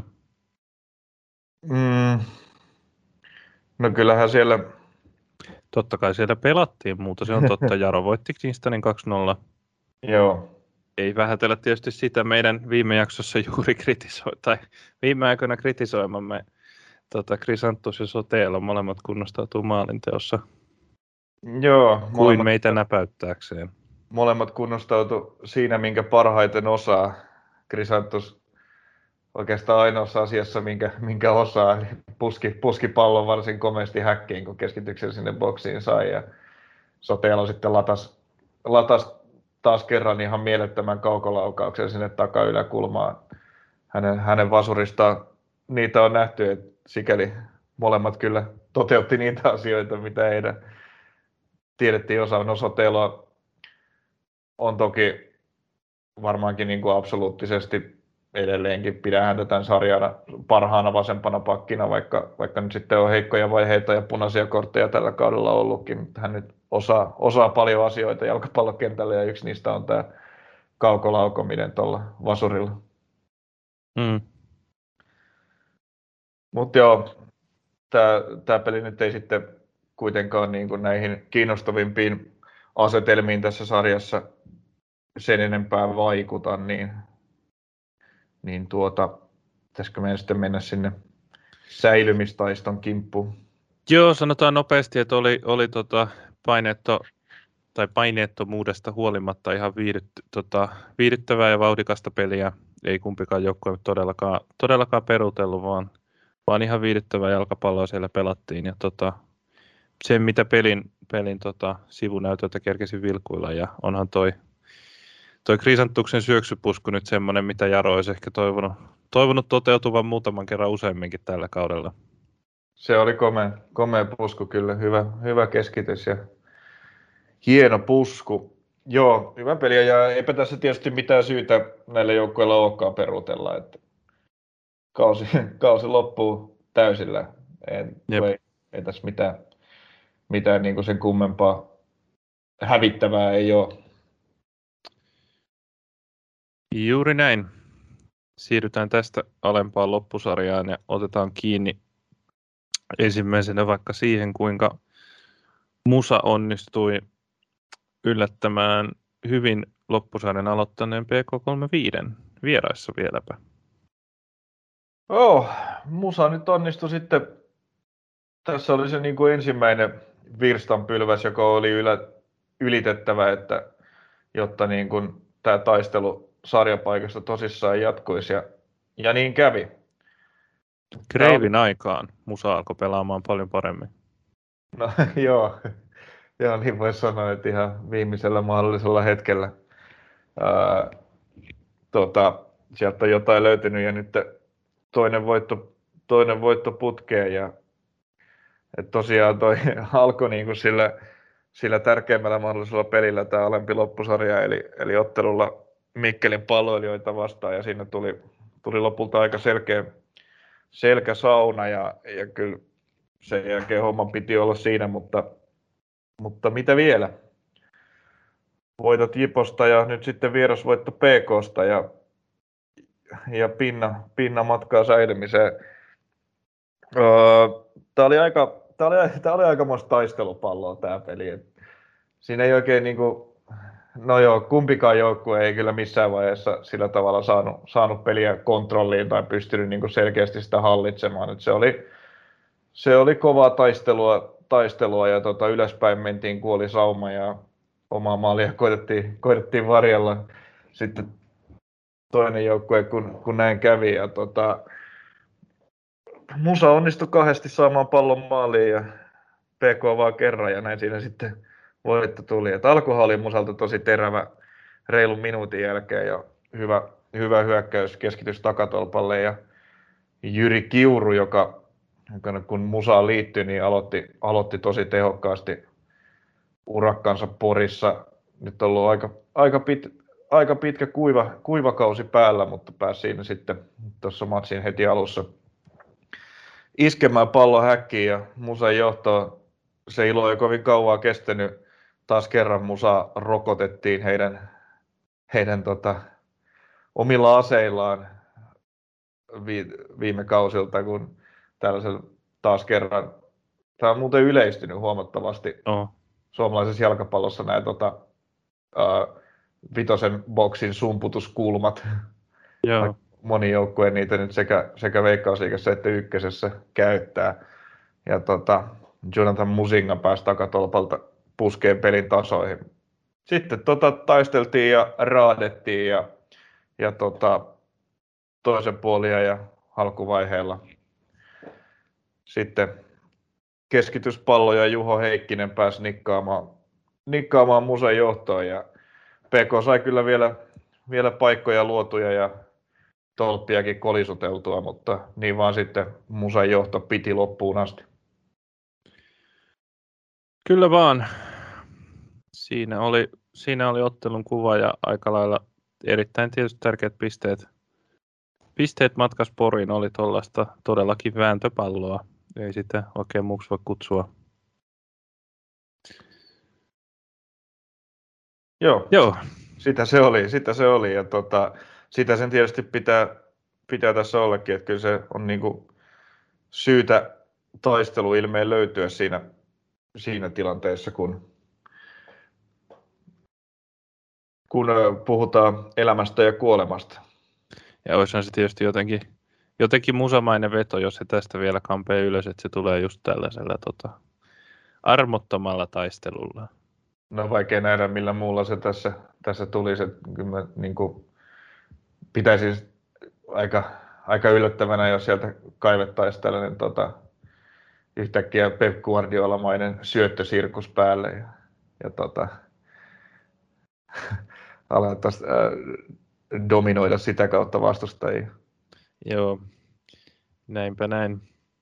Mm. No kyllähän siellä... Totta kai siellä pelattiin muuta, se on totta. Jaro voitti Kingstonin kaksi nolla. Joo. Ei vähätellä tietysti sitä meidän viime jaksossa juuri kritisoi, tai viime aikoina kritisoimamme tota, Krisantus ja Sotelo, molemmat kunnostautuu maalinteossa. Joo. Kuin molemmat, meitä näpäyttääkseen. Molemmat kunnostautu siinä, minkä parhaiten osaa. Krisantus oikeastaan ainoassa asiassa, minkä, minkä osaa, eli puski, puski pallon varsin komeasti häkkiin, kun keskityksen sinne boksiin sai. Ja Sotelo sitten latas, latas taas kerran ihan mielettömän kaukolaukauksen sinne takayläkulmaan. Hänen, hänen vasuristaan niitä on nähty, että sikäli molemmat kyllä toteutti niitä asioita, mitä heidän tiedettiin osaavan. No Sotelo on toki varmaankin niin kuin absoluuttisesti edelleenkin pidän häntä tämän sarjana parhaana vasempana pakkina, vaikka, vaikka nyt sitten on heikkoja vaiheita ja punaisia kortteja tällä kaudella ollutkin, mutta hän nyt osaa, osaa paljon asioita jalkapallokentällä ja yksi niistä on tämä kaukolaukominen tuolla vasurilla. Mm. Mutta joo, tämä peli nyt ei sitten kuitenkaan niin kuin näihin kiinnostavimpiin asetelmiin tässä sarjassa sen enempää vaikuta, niin niin tuota, pitäisikö meidän sitten mennä sinne säilymistaiston kimppuun? Joo, sanotaan nopeasti, että oli, oli tota paineetto, tai paineettomuudesta huolimatta ihan viihdytty, tota, viihdyttävää ja vauhdikasta peliä. Ei kumpikaan joukkue todellakaan, todellakaan peruutellut, vaan, vaan ihan viihdyttävää jalkapalloa siellä pelattiin. Ja tota, sen, mitä pelin, pelin tota, sivunäytöltä kerkesin vilkuilla, ja onhan toi, toi Krisantuksen syöksypusku nyt semmoinen, mitä Jaro olisi ehkä toivonut, toivonut toteutuvan muutaman kerran useamminkin tällä kaudella. Se oli komea, komea pusku kyllä, hyvä, hyvä keskitys ja hieno pusku. Joo, hyvä peli ja eipä tässä tietysti mitään syytä näille joukkueilla olekaan peruutella, että kausi, kausi loppuu täysillä. En, ei, ei tässä mitään, mitään niin kuin sen kummempaa hävittävää ei ole. Juuri näin. Siirrytään tästä alempaan loppusarjaan ja otetaan kiinni ensimmäisenä vaikka siihen, kuinka Musa onnistui yllättämään hyvin loppusarjan aloittaneen P K kolmekymmentäviisi vieraissa vieläpä. Oh, Musa nyt onnistui sitten. Tässä oli se niin kuin ensimmäinen virstanpylväs, joka oli ylä, ylitettävä, että, jotta niin kuin tämä taistelu sarjapaikasta tosissaan jatkuisi. Ja, ja niin kävi. Kreivin oli... aikaan Musa alkoi pelaamaan paljon paremmin. No joo, joo niin voisi sanoa, että ihan viimeisellä mahdollisella hetkellä ää, tota, sieltä on jotain löytynyt ja nyt toinen voitto, toinen voitto putkeen. Ja, et tosiaan toi alkoi niin kuin sillä, sillä tärkeimmällä mahdollisella pelillä tämä alempi loppusarja, eli, eli ottelulla Mikkelin palloilijoita vastaan, ja siinä tuli, tuli lopulta aika selkeä selkäsauna, ja, ja kyllä sen jälkeen homman piti olla siinä, mutta, mutta mitä vielä? Voitot Jiposta ja nyt sitten vierasvoitto P K:sta ja, ja pinna, pinna matkaa säilymiseen. Öö, tämä oli aika, tämä oli, tämä oli aikamoista taistelupalloa tämä peli. Et siinä ei oikein niinku, no joo, kumpikaan joukkue ei kyllä missään vaiheessa sillä tavalla saanut, saanut peliä kontrolliin tai pystynyt niinku selkeästi sitä hallitsemaan. Et se oli, se oli kovaa taistelua, taistelua ja tota, ylöspäin mentiin kuoli sauma ja omaa maalia koitettiin, koitettiin varjella. Sitten toinen joukkue, kun, kun näin kävi. Ja tota, Musa onnistui kahdesti saamaan pallon maaliin ja P K vaan kerran ja näin siinä sitten voitto tuli. Et alkuhan oli Musalta tosi terävä reilun minuutin jälkeen ja hyvä, hyvä hyökkäys, keskitys takatolpalle ja Jyri Kiuru, joka, joka kun Musaan liittyi, niin aloitti, aloitti tosi tehokkaasti urakkansa Porissa. Nyt on ollut aika, aika, pit, aika pitkä kuiva, kuivakausi päällä, mutta pääsi siinä sitten tuossa matsin heti alussa iskemään pallon häkkiin ja Musan johtoon. Se ilo ei kovin kauan kestänyt. Taas kerran Musa rokotettiin heidän, heidän tota, omilla aseillaan viime kausilta, kun tällaisen taas kerran, tämä on muuten yleistynyt huomattavasti oh. suomalaisessa jalkapallossa nämä tota, uh, vitosen boksin sumputuskulmat. Joo. Moni joukkue niitä nyt sekä, sekä Veikkausliigassa että Ykkösessä käyttää. Ja tota, Jonathan Musinga pääsi takatolpalta puskeen pelin tasoihin. Sitten tota, taisteltiin ja raadettiin ja, ja tota, toisen puolia ja alkuvaiheella sitten keskityspallo ja Juho Heikkinen pääsi nikkaamaan, nikkaamaan Musan johtoon ja P K sai kyllä vielä, vielä paikkoja luotuja ja tolppiakin kolisuteltua, mutta niin vaan sitten Musan johto piti loppuun asti. Kyllä vaan. Siinä oli, siinä oli ottelun kuva ja aika lailla erittäin tietysti tärkeät pisteet. Pisteet matkas Poriin oli tuollaista todellakin vääntöpalloa. Ei sitä oikein muuksi voi kutsua. Joo, Joo. Sitä se oli, sitä se oli ja tota, sitä sen tietysti pitää, pitää tässä ollakin, että kyllä se on niinku syytä taisteluilmeen löytyä siinä, siinä tilanteessa, kun, kun puhutaan elämästä ja kuolemasta. Ja olisihan se tietysti jotenkin, jotenkin musamainen veto, jos se tästä vielä kampee ylös, että se tulee just tällaisella tota, armottomalla taistelulla. No vaikea nähdä, millä muulla se tässä, tässä tulisi. Kyllä mä, niin kuin, pitäisin aika, aika yllättävänä, jos sieltä kaivettaisiin tällainen tota, yhtäkkiä Pep Guardiola-mainen syöttösirkus päälle ja, ja tota, alettaisiin äh, dominoida sitä kautta vastustajia. Joo, näinpä näin.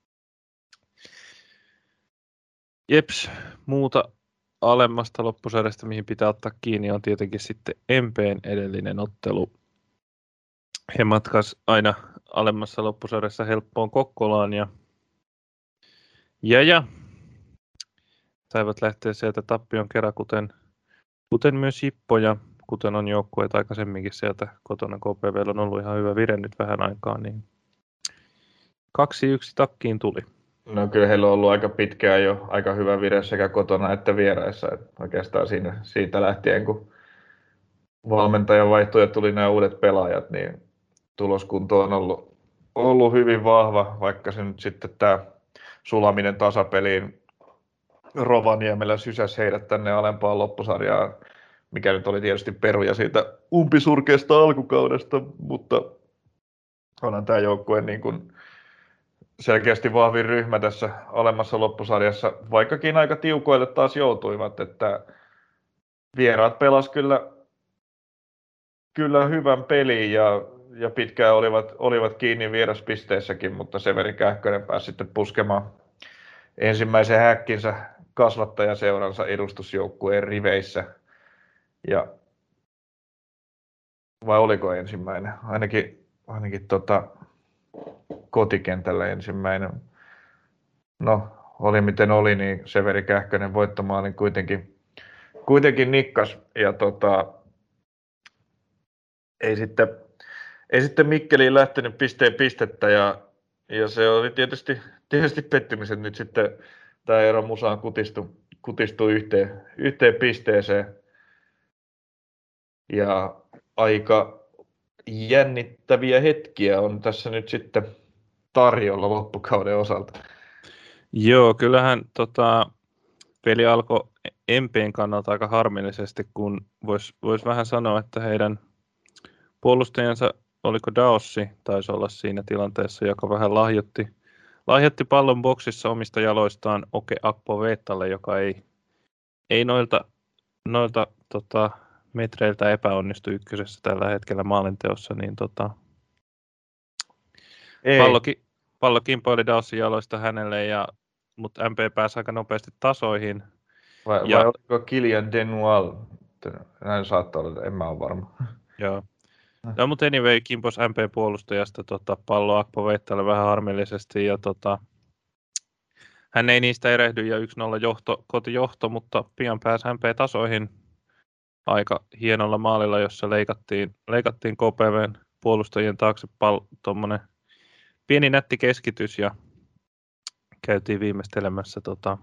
Jeps, muuta alemmasta loppusarjasta, mihin pitää ottaa kiinni, on tietenkin sitten M P:n edellinen ottelu. He matkas aina alemmassa loppusarjassa helppoon Kokkolaan ja, ja, ja saivat lähteä sieltä tappion kerran, kuten, kuten myös Jippo ja kuten on joukkueet aikaisemminkin sieltä kotona. K P V:llä on ollut ihan hyvä vire nyt vähän aikaa, niin kaksi yksi takkiin tuli. No kyllä heillä on ollut aika pitkään jo aika hyvä vire sekä kotona että vieraissa. Että oikeastaan siinä, siitä lähtien, kun valmentaja vaihtui ja tuli nämä uudet pelaajat, niin tuloskunto on ollut, ollut hyvin vahva, vaikka se nyt sitten tämä sulaminen tasapeliin Rovaniemellä sysäsi heidät tänne alempaan loppusarjaan, mikä nyt oli tietysti peruja siitä umpisurkeasta alkukaudesta, mutta onhan tämä joukkue niin kuin selkeästi vahvin ryhmä tässä alemmassa loppusarjassa, vaikkakin aika tiukoille taas joutuivat, että vieraat pelas kyllä, kyllä hyvän pelin ja, ja pitkään olivat, olivat kiinni vieraspisteessäkin, mutta Severi Kähkönen pääsi sitten puskemaan ensimmäisen häkkinsä kasvattajaseuransa edustusjoukkueen riveissä. Ja, vai oliko ensimmäinen? Ainakin, ainakin tota, kotikentällä ensimmäinen. No, oli miten oli, niin Severi Kähkönen voittomaalin kuitenkin, kuitenkin nikkas. Ja tota, ei, sitten, ei sitten Mikkeliin lähtenyt pisteen pistettä. Ja, ja se oli tietysti, tietysti pettymys, nyt sitten tämä ero musaan kutistui, kutistui yhteen, yhteen pisteeseen. Ja aika jännittäviä hetkiä on tässä nyt sitten tarjolla loppukauden osalta. Joo, kyllähän tota, peli alkoi M P:n kannalta aika harmillisesti, kun voisi vois vähän sanoa, että heidän puolustajansa, oliko Daossi, taisi olla siinä tilanteessa, joka vähän lahjoitti, lahjoitti pallon boksissa omista jaloistaan Oke Akpo-Veettalle, joka ei, ei noilta, noilta tota, metreiltä epäonnistu ykkösessä tällä hetkellä maalinteossa, niin tota, pallokin, pallo kimpoili Daossin jaloista hänelle, ja, mutta M P pääsi aika nopeasti tasoihin. Vai, ja, vai oliko Kilian Denual? Näin saattaa olla, en mä ole varma. Joo. No, mutta anyway, kimpos M P-puolustajasta tota, pallo Akpo Veittalle vähän harmillisesti, ja tota, hän ei niistä erehdy, ja yksi nolla johto, kotijohto, mutta pian pääsi M P-tasoihin aika hienolla maalilla, jossa leikattiin, leikattiin K P V:n puolustajien taakse tuommoinen pieni nätti keskitys, ja käytiin viimeistelemässä tota,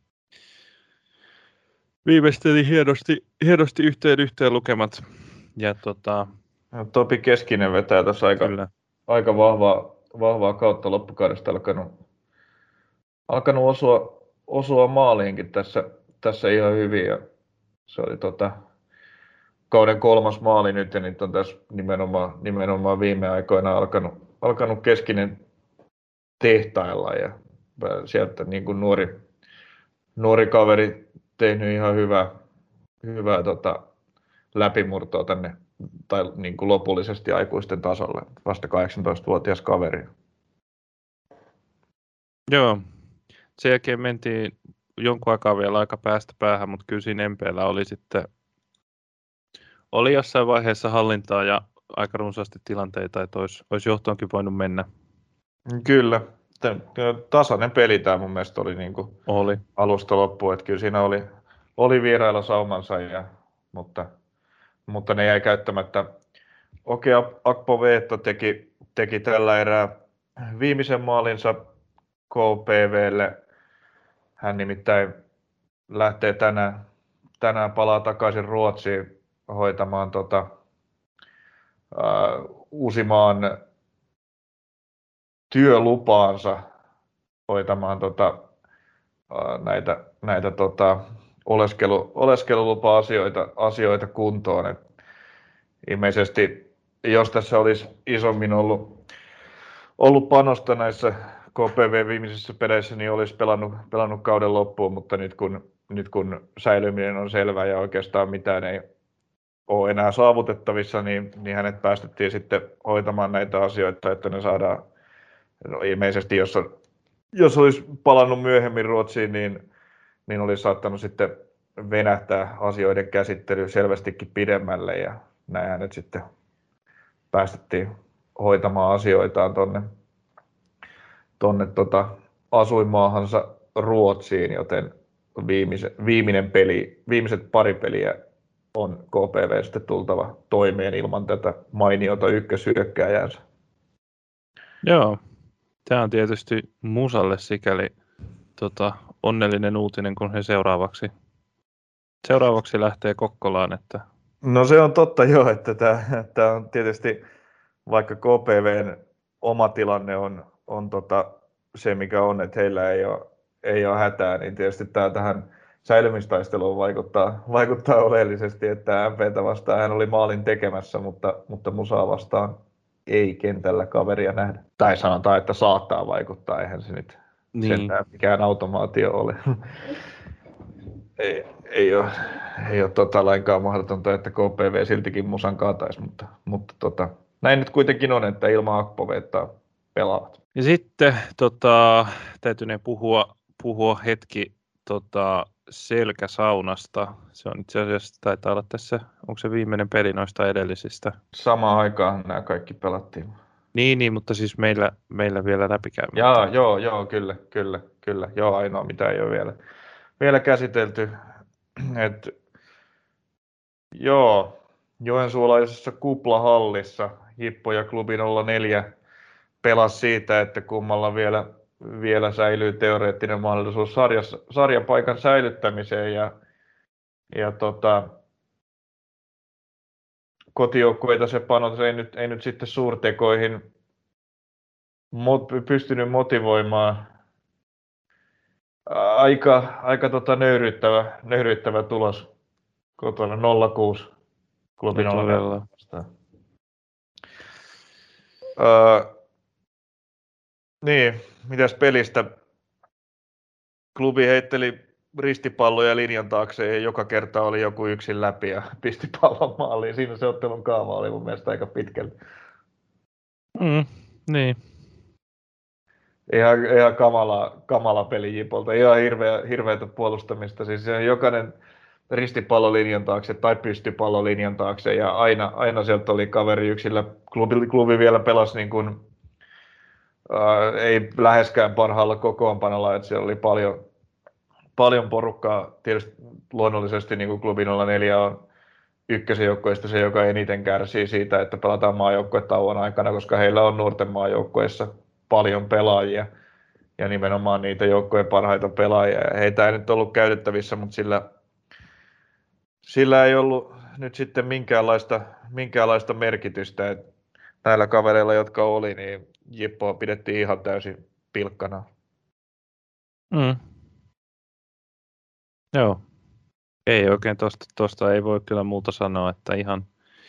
viimeisteli hienosti, hienosti yhteen yhteen lukemat. Ja tota, Topi Keskinen vetää tässä aika, aika vahvaa, vahvaa kautta loppukaudesta alkanut, alkanut osua, osua maaliinkin tässä, tässä ihan hyvin. Ja se oli tota, kauden kolmas maali nyt, ja nyt on tässä nimenomaan, nimenomaan viime aikoina alkanut, alkanut Keskinen tehtailla. Ja sieltä niin kuin nuori, nuori kaveri tehnyt ihan hyvää, hyvää tota, läpimurtoa tänne tai niin kuin lopullisesti aikuisten tasolle, vasta kahdeksantoistavuotias kaveri. Joo, sen jälkeen mentiin jonkun aikaa vielä aika päästä päähän, mutta kyllä siinä M P:llä oli sitten, oli jossain vaiheessa hallintaa ja aika runsaasti tilanteita, että olisi, olisi johtoonkin voinut mennä. Kyllä, tasainen peli tämä mun mielestä oli, niin kuin oli. alusta loppuun, että kyllä siinä oli, oli vierailla saumansa, ja, mutta, mutta ne jäi käyttämättä. Okei, Akpo Veetto teki, teki tällä erää viimeisen maalinsa K P V:lle. Hän nimittäin lähtee tänään, tänään palaa takaisin Ruotsiin hoitamaan tota, ää, uusimaan työlupaansa hoitamaan tota, näitä, näitä tota, oleskelu, oleskelulupa-asioita asioita kuntoon. Et ilmeisesti, jos tässä olisi isommin ollut, ollut panosta näissä K P V viimeisissä peleissä, niin olisi pelannut, pelannut kauden loppuun, mutta nyt kun, nyt kun säilyminen on selvä ja oikeastaan mitään ei ole enää saavutettavissa, niin, niin hänet päästettiin sitten hoitamaan näitä asioita, että ne saadaan, no ilmeisesti jos, on, jos olisi palannut myöhemmin Ruotsiin, niin, niin olisi saattanut sitten venähtää asioiden käsittely selvästikin pidemmälle, ja näin hänet sitten päästettiin hoitamaan asioitaan tonne, tonne tota asuinmaahansa Ruotsiin, joten viimeise, viimeinen peli, viimeiset pari peliä on K P V sitten tultava toimeen ilman tätä mainiota ykkösyökkääjäänsä. Joo, tämä on tietysti Musalle sikäli tota, onnellinen uutinen, kun he seuraavaksi, seuraavaksi lähtee Kokkolaan. Että... No se on totta joo, että tämä, tämä on tietysti, vaikka K P V:n oma tilanne on, on tota se, mikä on, että heillä ei ole, ei ole hätää, niin tietysti tämä tähän säilymistaisteluun vaikuttaa, vaikuttaa oleellisesti, että M P:tä vastaan hän oli maalin tekemässä, mutta, mutta Musaa vastaan ei kentällä kaveria nähdä. Tai sanotaan, että saattaa vaikuttaa, eihän se nyt niin. Sentään mikään automaatio ole. ei, ei ole, ei ole tota lainkaan mahdotonta, että K P V siltikin Musan kaataisi, mutta, mutta tota, näin nyt kuitenkin on, että ilman Akpovettaa pelaavat. Ja sitten tota, täytyy puhua, puhua hetki tota, Selkäsaunasta. Se on itse asiassa, taitaa olla tässä, onko se viimeinen peli noista edellisistä? Samaan aikaan nämä kaikki pelattiin. Niin, niin, mutta siis meillä, meillä vielä läpikäymättä. Jaa, joo, joo, kyllä, kyllä, kyllä. Joo, ainoa mitä ei ole vielä, vielä käsitelty. Et, joo, joensuulaisessa kuplahallissa Jippo ja Klubi nolla neljä pelasi siitä, että kummalla vielä, vielä säilyy teoreettinen mahdollisuus sarjas, sarjapaikan säilyttämiseen. Ja, ja tota, kotijoukkueita se panos ei nyt, ei nyt sitten suurtekoihin mot, pystynyt motivoimaan. Aika, aika tota nöyryyttävä, nöyryyttävä tulos kotona nolla kuusi Klubi nolla neljä vastaan. Öö, niin, mitäs pelistä? Klubi heitteli ristipalloja linjan taakse ja joka kerta oli joku yksin läpi ja pisti pallon maaliin. Siinä se ottelun kaava oli mun mielestä aika pitkälle. Mm, niin. Ihan, ihan kamala, kamala peli Jipolta, ihan hirveä, hirveätä puolustamista. Siis jokainen ristipallo linjan taakse tai pystypallo linjan taakse ja aina, aina sieltä oli kaveri yksillä. Klubi, klubi vielä pelasi niin kuin, ää, ei läheskään parhaalla kokoonpanolla, että siellä oli paljon, paljon porukkaa. Tietysti luonnollisesti niin kuin Klubi nolla neljä on ykkösen joukkoista se, joka eniten kärsii siitä, että pelataan maajoukkuetauon aikana, koska heillä on nuorten maajoukkoissa paljon pelaajia ja nimenomaan niitä joukkojen parhaita pelaajia. Heitä ei nyt ollut käytettävissä, mutta sillä, sillä ei ollut nyt sitten minkäänlaista, minkäänlaista merkitystä. Et näillä kavereilla, jotka oli, niin Jippoa pidettiin ihan täysin pilkkana. Mm. Joo. Ei oikein tosta, tosta ei voi kyllä muuta sanoa, että ihan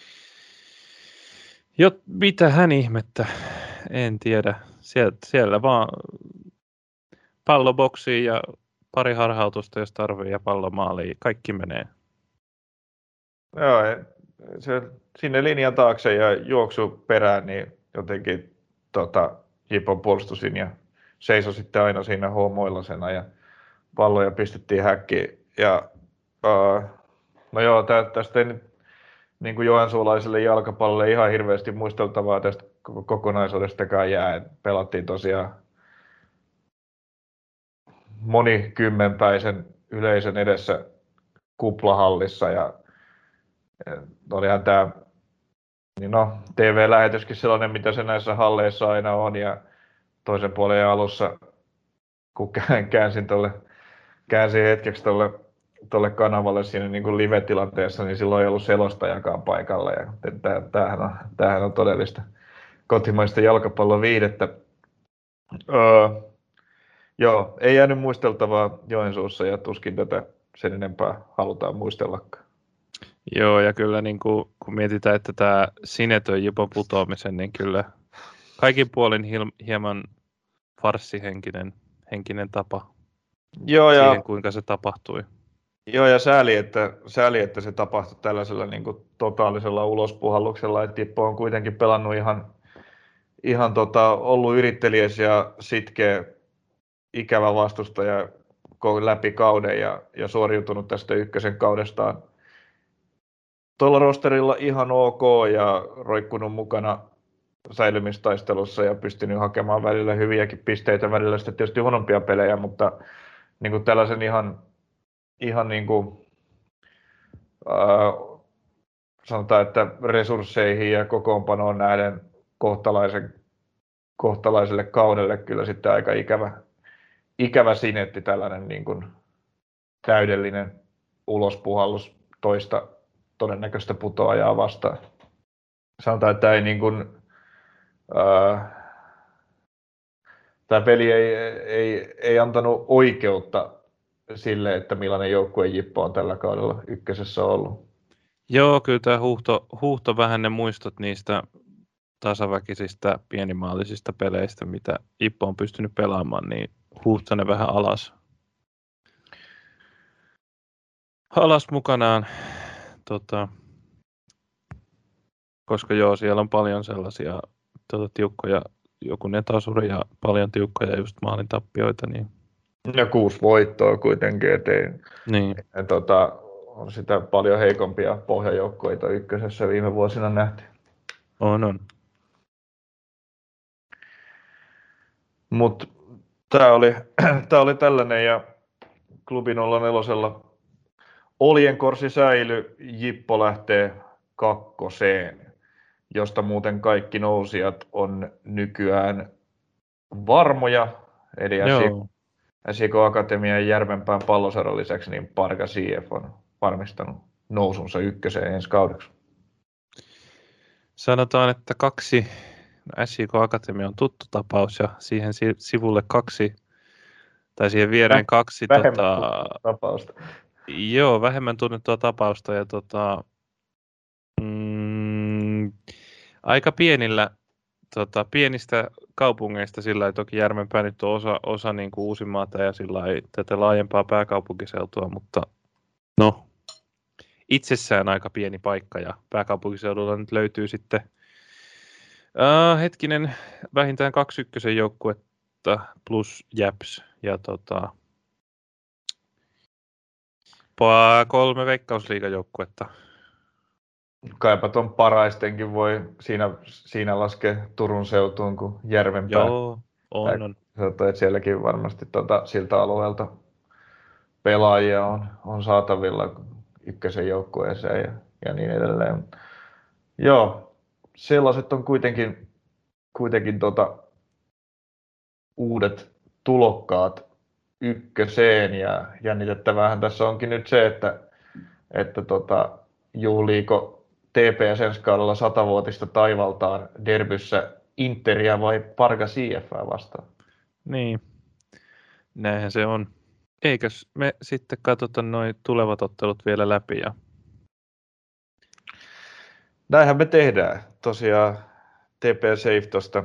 jo, mitä hän ihmettä, en tiedä. Sieltä, siellä vaan palloboksiin ja pari harhautusta, jos tarvii, ja pallo maaliin. Kaikki menee. Joo, se, sinne linjan taakse ja juoksu perään, niin jotenkin tota, Jipon puolustuslinja seisoi sitten aina siinä hoomoillasena ja palloja pistettiin häkkiin. Ja, uh, no joo, tä, tästä ei nyt niin kuin joensuulaiselle jalkapallolle ihan hirveästi muisteltavaa tästä kokonaisuudestakaan jää. Et pelattiin tosiaan monikymmenpäisen yleisön edessä kuplahallissa ja olihan tämä niin no, T V-lähetyskin sellainen, mitä se näissä halleissa aina on ja toisen puolen alussa, kun käänsin, tolle, käänsin hetkeksi tuolle tuolle kanavalle siinä niin kuin live-tilanteessa, niin silloin ei ollut selostajakaan paikalla. Ja tämähän on, tämähän on todellista kotimaista jalkapallon viihdettä. Öö, joo, ei jäänyt muisteltavaa Joensuussa ja tuskin tätä sen enempää halutaan muistellakaan. Joo, ja kyllä niin kuin, kun mietitään, että tämä sinetöi Jipon putoamisen, niin kyllä kaikin puolin hieman farssihenkinen henkinen tapa Joo, ja, siihen, kuinka se tapahtui. joo, ja sääli, että, sääli, että se tapahtui tällaisella niin kuin totaalisella ulospuhalluksella, että Jippo on kuitenkin pelannut ihan, ihan tota, ollut yrittelijäs ja sitkeä ikävä vastustaja läpi kauden ja, ja suoriutunut tästä ykkösen kaudestaan tuolla rosterilla ihan ok ja roikkunut mukana säilymistaistelussa ja pystynyt hakemaan välillä hyviäkin pisteitä, välillä sitten tietysti huonompia pelejä, mutta niin kuin tällaisen ihan, ihan niin kuin, äh, sanotaan, että resursseihin ja kokoonpanoon nähden kohtalaisen, kohtalaiselle kaudelle kyllä sitten aika ikävä, ikävä sinetti tällainen niin kuin täydellinen ulospuhallus toista todennäköistä putoajaa vastaan. Sanotaan, että ei niin kuin, äh, tämä peli ei, ei, ei antanut oikeutta sille, että millainen joukkue Jippo on tällä kaudella ykkösessä ollut. Joo, kyllä tämä huuhto, huuhto vähän ne muistot niistä tasaväkisistä pienimaallisista peleistä, mitä Jippo on pystynyt pelaamaan, niin huuhto ne vähän alas. Alas mukanaan, tota, koska joo, siellä on paljon sellaisia tota, tiukkoja, jokunen tasuri ja paljon tiukkoja just maalin tappioita. Niin... Ja kuusi voittoa kuitenkin, ettei, niin. ja, tota, on sitä paljon heikompia pohjajoukkoita ykkösessä viime vuosina nähty. On, on. Mutta tämä oli, tää oli tällainen ja klubi nolla neljä Oljenkorsi säily, Jippo lähtee kakkoseen, josta muuten kaikki nousijat on nykyään varmoja, eli S J K Akatemian Järvenpään Palloseudun lisäksi niin Parga C F on varmistanut nousunsa ykköseen ensi kaudeksi. Sanotaan, että kaksi, no S J K Akatemia on tuttu tapaus ja siihen sivulle kaksi, tai siihen viereen kaksi vähemmän tota, tapausta. Joo, vähemmän tunnettua tapausta ja tota, mm, aika pienillä, tota, pienistä kaupungeista, sillä ei toki Järvenpää nyt on osa, osa niin kuin Uusimaata ja sillä ei tätä laajempaa pääkaupunkiseutua, mutta no, itsessään aika pieni paikka ja pääkaupunkiseudulla nyt löytyy sitten äh, hetkinen vähintään kaksi ykkösen joukkuetta plus Japs ja tota, kolme veikkausliigajoukkuetta. Kaipa ton paraistenkin voi siinä, siinä laskea Turun seutuun kuin Järvenpää. Joo, on, on. Että sielläkin varmasti tuota, siltä alueelta pelaajia on, on saatavilla ykkösen joukkueeseen ja, ja niin edelleen. Joo, sellaiset on kuitenkin, kuitenkin tota, uudet tulokkaat ykköseen ja jännitettävähän tässä onkin nyt se, että, että tota, juhliiko T P S ensi kaudella satavuotista taivaltaan derbyssä Interia vai Parga C F vastaan? Niin, näinhän se on. Eikös me sitten katsota noin tulevat ottelut vielä läpi? Ja... Näinhän me tehdään. Tosiaan T P Safe tuosta,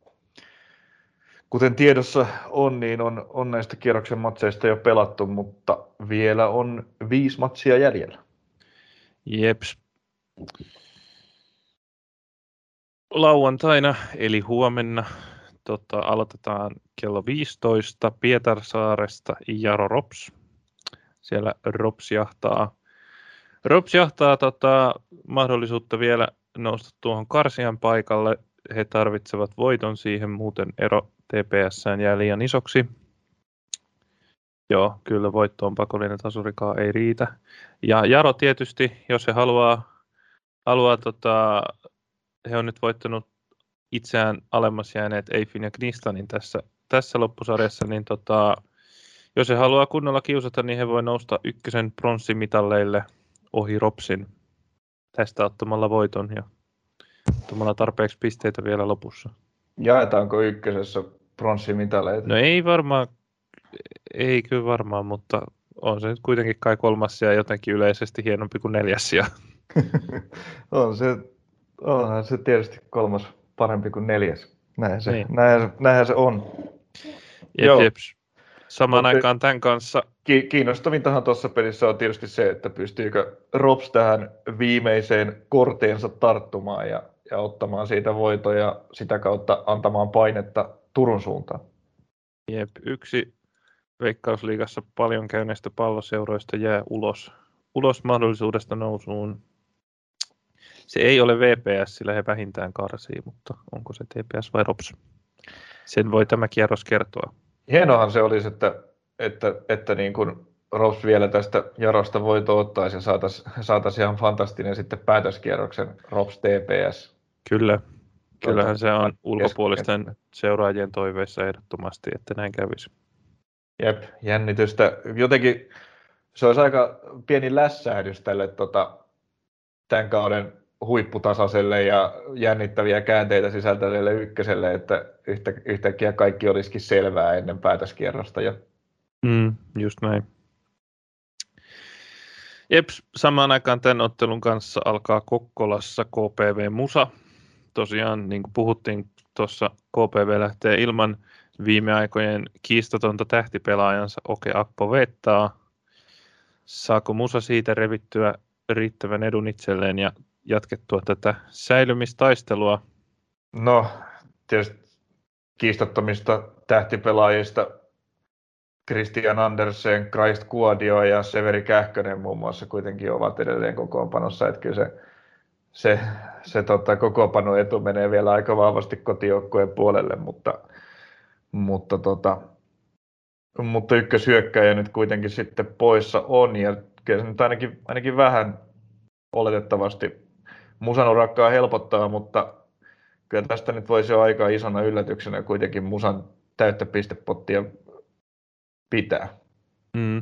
kuten tiedossa on, niin on, on näistä kierroksen matseista jo pelattu, mutta vielä on viisi matsia jäljellä. Jeps. Lauantaina, eli huomenna, tota, aloitetaan kello viisitoista Pietarsaaresta Jaro Rops. Siellä Rops jahtaa, Rops jahtaa tota, mahdollisuutta vielä nousta tuohon karsian paikalle. He tarvitsevat voiton siihen, muuten ero T P S:ään jää liian isoksi. Joo, kyllä voitto on pakollinen, tasurikaan ei riitä. Ja Jaro tietysti, jos he haluaa, haluaa tota, he on nyt voittanut itseään alemmas jääneet Eifin ja Knistanin tässä, tässä loppusarjassa, niin tota, Jos he haluaa kunnolla kiusata, niin he voi nousta ykkösen pronssimitalleille ohi Ropsin tästä ottamalla voiton ja ottamalla tarpeeksi pisteitä vielä lopussa. Jaetaanko ykkösessä pronssimitaleita? No ei varmaan, ei kyllä varmaan, mutta on se nyt kuitenkin kai kolmas ja jotenkin yleisesti hienompi kuin neljäs sija. on se, onhan se tietysti kolmas parempi kuin neljäs. Näin se, Niin. näinhän, näinhän se on. Jep, Joo. jeps. Samaan Mutta aikaan tämän kanssa. ki- kiinnostavintahan tuossa pelissä on tietysti se, että pystyykö Rops tähän viimeiseen korteensa tarttumaan ja, ja ottamaan siitä voitoja ja sitä kautta antamaan painetta Turun suuntaan. Jep, yksi Veikkausliigassa paljon käyneistä palloseuroista jää ulos, ulos mahdollisuudesta nousuun. Se ei ole V P S, sillä he vähintään karsii, mutta onko se T P S vai Rops? Sen voi tämä kierros kertoa. Hienohan se olisi, että, että, että niin kuin Rops vielä tästä Jarosta voito ottaisi ja saataisiin saatais ihan fantastinen sitten päätöskierroksen Rops T P S. Kyllä, kyllähän se on ulkopuolisten seuraajien toiveissa ehdottomasti, että näin kävisi. Jep, jännitystä. Jotenkin se olisi aika pieni lässähdys tälle tota, tämän kauden huipputasaiselle ja jännittäviä käänteitä sisältäneelle ykköselle, että yhtä, yhtäkkiä kaikki olisikin selvää ennen päätöskierrosta. Ja... Mm, just näin. Jeps, samaan aikaan tämän ottelun kanssa alkaa Kokkolassa K P V Musa. Tosiaan, niin kuin puhuttiin tuossa, K P V lähtee ilman viime aikojen kiistatonta tähtipelaajansa Oke Akpo Vettaa. Saako Musa siitä revittyä riittävän edun itselleen ja jatkettua tätä säilymistaistelua? No, tietysti kiistattomista tähtipelaajista Christian Andersen, Christ Kuodio ja Severi Kähkönen muun muassa kuitenkin ovat edelleen kokoonpanossa, että kyllä se, se, se tota, kokoonpano etu menee vielä aika vahvasti kotijoukkueen puolelle, mutta, mutta, tota, mutta ykköshyökkäjä nyt kuitenkin sitten poissa on ja kyllä se nyt ainakin, ainakin vähän oletettavasti Musan urakkaa helpottaa, mutta kyllä tästä nyt voisi jo aika isona yllätyksenä kuitenkin Musan täyttä pistepottia pitää. Mm.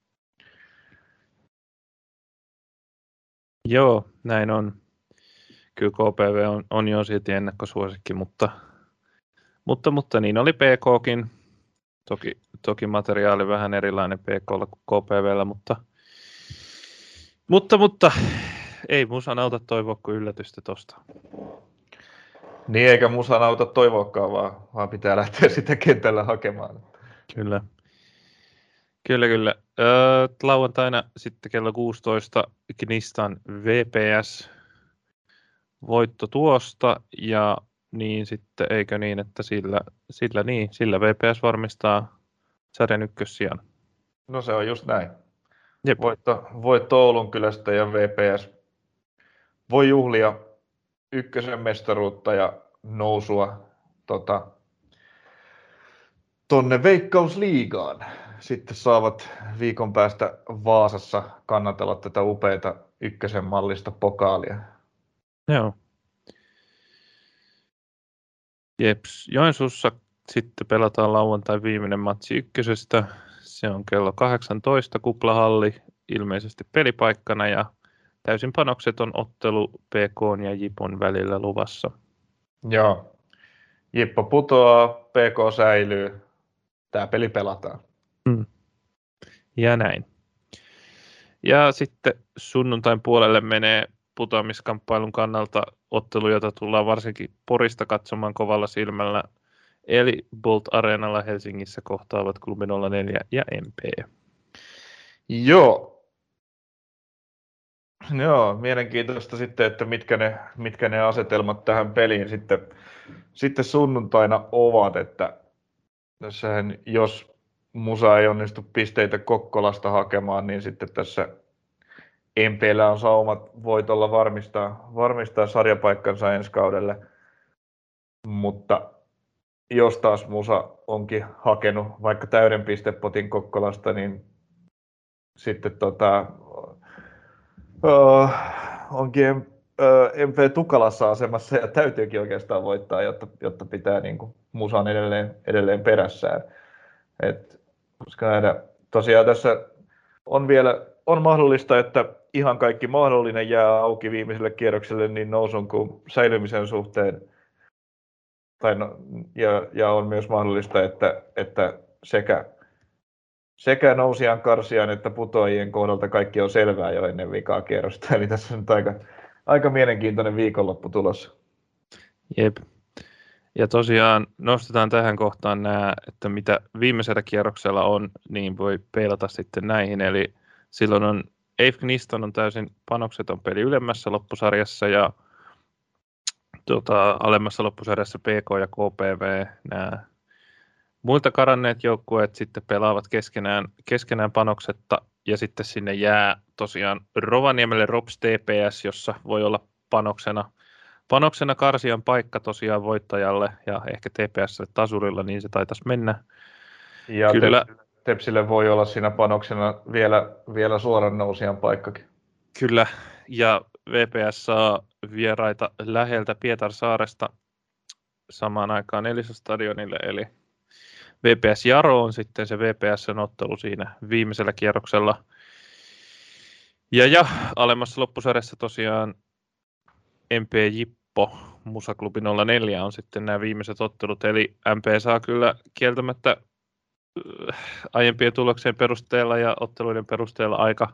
Joo, näin on. Kyllä K P V on, on jo silti ennakkosuosikki, mutta, mutta, mutta niin oli P K:kin. Toki, toki materiaali vähän erilainen P K:lla kuin K P V:llä, mutta, mutta, mutta ei Musan auta toivoa kuin yllätystä tosta. Niin, eikä Musan auta toivoakaan, vaan, vaan pitää lähteä sitä kentällä hakemaan. Kyllä. Kyllä, kyllä. Öö, lauantaina sitten kello kuusitoista Gnistan V P S voitto tuosta ja niin sitten eikö niin, että sillä, sillä, niin, sillä V P S varmistaa sarjan ykkössijan. No se on just näin. Jep. Voitto, voitto Oulunkylästä ja V P S voi juhlia ykkösen mestaruutta ja nousua tota, tonne Veikkausliigaan. Sitten saavat viikon päästä Vaasassa kannatella tätä upeata ykkösen mallista pokaalia. Joo. Jeps. Joensuussa sitten pelataan lauantai viimeinen matsi ykkösestä. Se on kello kahdeksantoista kuplahalli ilmeisesti pelipaikkana ja täysin panokseton ottelu P K:n ja Jipon välillä luvassa. Joo. Jippo putoaa, P K säilyy. Tämä peli pelataan. Hmm. Ja näin. Ja sitten sunnuntain puolelle menee putoamiskamppailun kannalta ottelu, jota tullaan varsinkin Porista katsomaan kovalla silmällä. Eli Bolt Areenalla Helsingissä kohtaavat klubi nolla neljä ja M P. Joo. Joo, mielenkiintoista sitten, että mitkä ne, mitkä ne asetelmat tähän peliin sitten, sitten sunnuntaina ovat, että tässähän, jos Musa ei onnistu pisteitä Kokkolasta hakemaan, niin sitten tässä M P:llä on saumat voitolla varmistaa, varmistaa sarjapaikkansa ensi kaudelle, mutta jos taas Musa onkin hakenut vaikka täyden pistepotin Kokkolasta, niin sitten tota, uh, onkin uh, M P tukalassa asemassa ja täytyykin oikeastaan voittaa, jotta, jotta pitää niin kuin Musan edelleen, edelleen perässään. Et Koska nähdä, tosiaan tässä on vielä on mahdollista, että ihan kaikki mahdollinen jää auki viimeiselle kierrokselle niin nousun kuin säilymisen suhteen. Tai no, ja, ja on myös mahdollista, että, että sekä, sekä nousijan, karsijan että putoajien kohdalta kaikki on selvää jo ennen vikaa kierrosta. Eli tässä on nyt aika, aika mielenkiintoinen viikonloppu tulossa. Jep. Ja tosiaan nostetaan tähän kohtaan nämä, että mitä viimeisellä kierroksella on, niin voi peilata sitten näihin. Eli silloin on Afghanistan on täysin panokseton peli ylemmässä loppusarjassa ja tuota, alemmassa loppusarjassa P K ja K P V, nämä muilta karanneet joukkueet sitten pelaavat keskenään, keskenään panoksetta ja sitten sinne jää tosiaan Rovaniemelle Rops T P S, jossa voi olla panoksena Panoksena karsian paikka tosiaan voittajalle ja ehkä T P S:lle tasurilla, niin se taitaisi mennä. Ja Kyllä. Tepsille voi olla siinä panoksena vielä, vielä suoran nousijan paikkakin. Kyllä, ja V P S saa vieraita läheltä Pietarsaaresta samaan aikaan Elisa-stadionille, eli V P S Jaro on sitten se V P S:n ottelu siinä viimeisellä kierroksella. Ja, ja alemmassa loppusarjassa tosiaan M P Jippo, Musaklubi nolla neljä on sitten nämä viimeiset ottelut, eli M P saa kyllä kieltämättä aiempien tuloksien perusteella ja otteluiden perusteella aika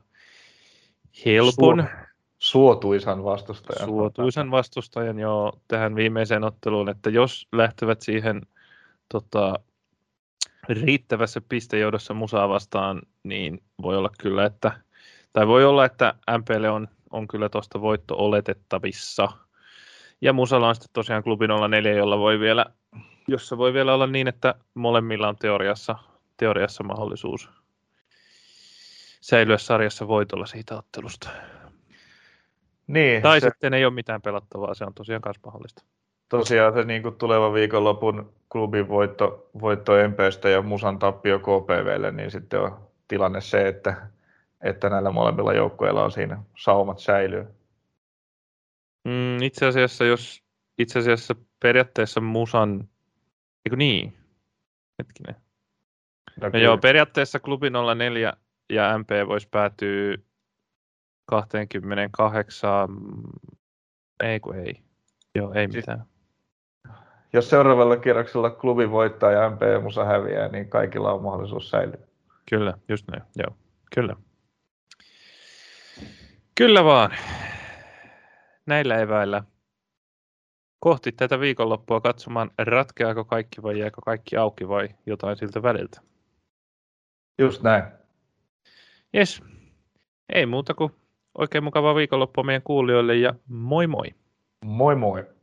helpon. Suotuisan vastustajan. Suotuisan vastustajan jo tähän viimeiseen otteluun, että jos lähtevät siihen tota, riittävässä pistejoudossa Musaa vastaan, niin voi olla kyllä, että, tai voi olla, että M P:lle on, on kyllä tuosta voitto oletettavissa. Ja Musalla on sitten tosiaan klubi nolla neljä, jolla voi vielä, jossa voi vielä olla niin, että molemmilla on teoriassa, teoriassa mahdollisuus säilyä sarjassa voitolla siitä ottelusta. Niin, tai se, sitten ei ole mitään pelattavaa, se on tosiaan myös mahdollista. Tosiaan se niin kuin tuleva viikonlopun klubin voitto, voitto M P:stä ja Musan tappio K P V:lle, niin sitten on tilanne se, että, että näillä molemmilla joukkueilla on siinä saumat säilyy. Mm, itse asiassa, jos itse asiassa periaatteessa Musan, eikö niin? Hetkinen. No, no joo, periaatteessa klubi nolla neljä ja M P voisi päätyä kaksikymmentäkahdeksan, ei kun ei. Joo, ei mitään. Jos seuraavalla kierroksella klubi voittaa ja M P ja Musa häviää, niin kaikilla on mahdollisuus säilyä. Kyllä, just näin, joo, kyllä. Kyllä vaan. Näillä eväillä kohti tätä viikonloppua katsomaan, ratkeako kaikki vai jääkö kaikki auki vai jotain siltä väliltä. Just näin. Jes, ei muuta kuin oikein mukavaa viikonloppua meidän kuulijoille ja moi moi. Moi moi.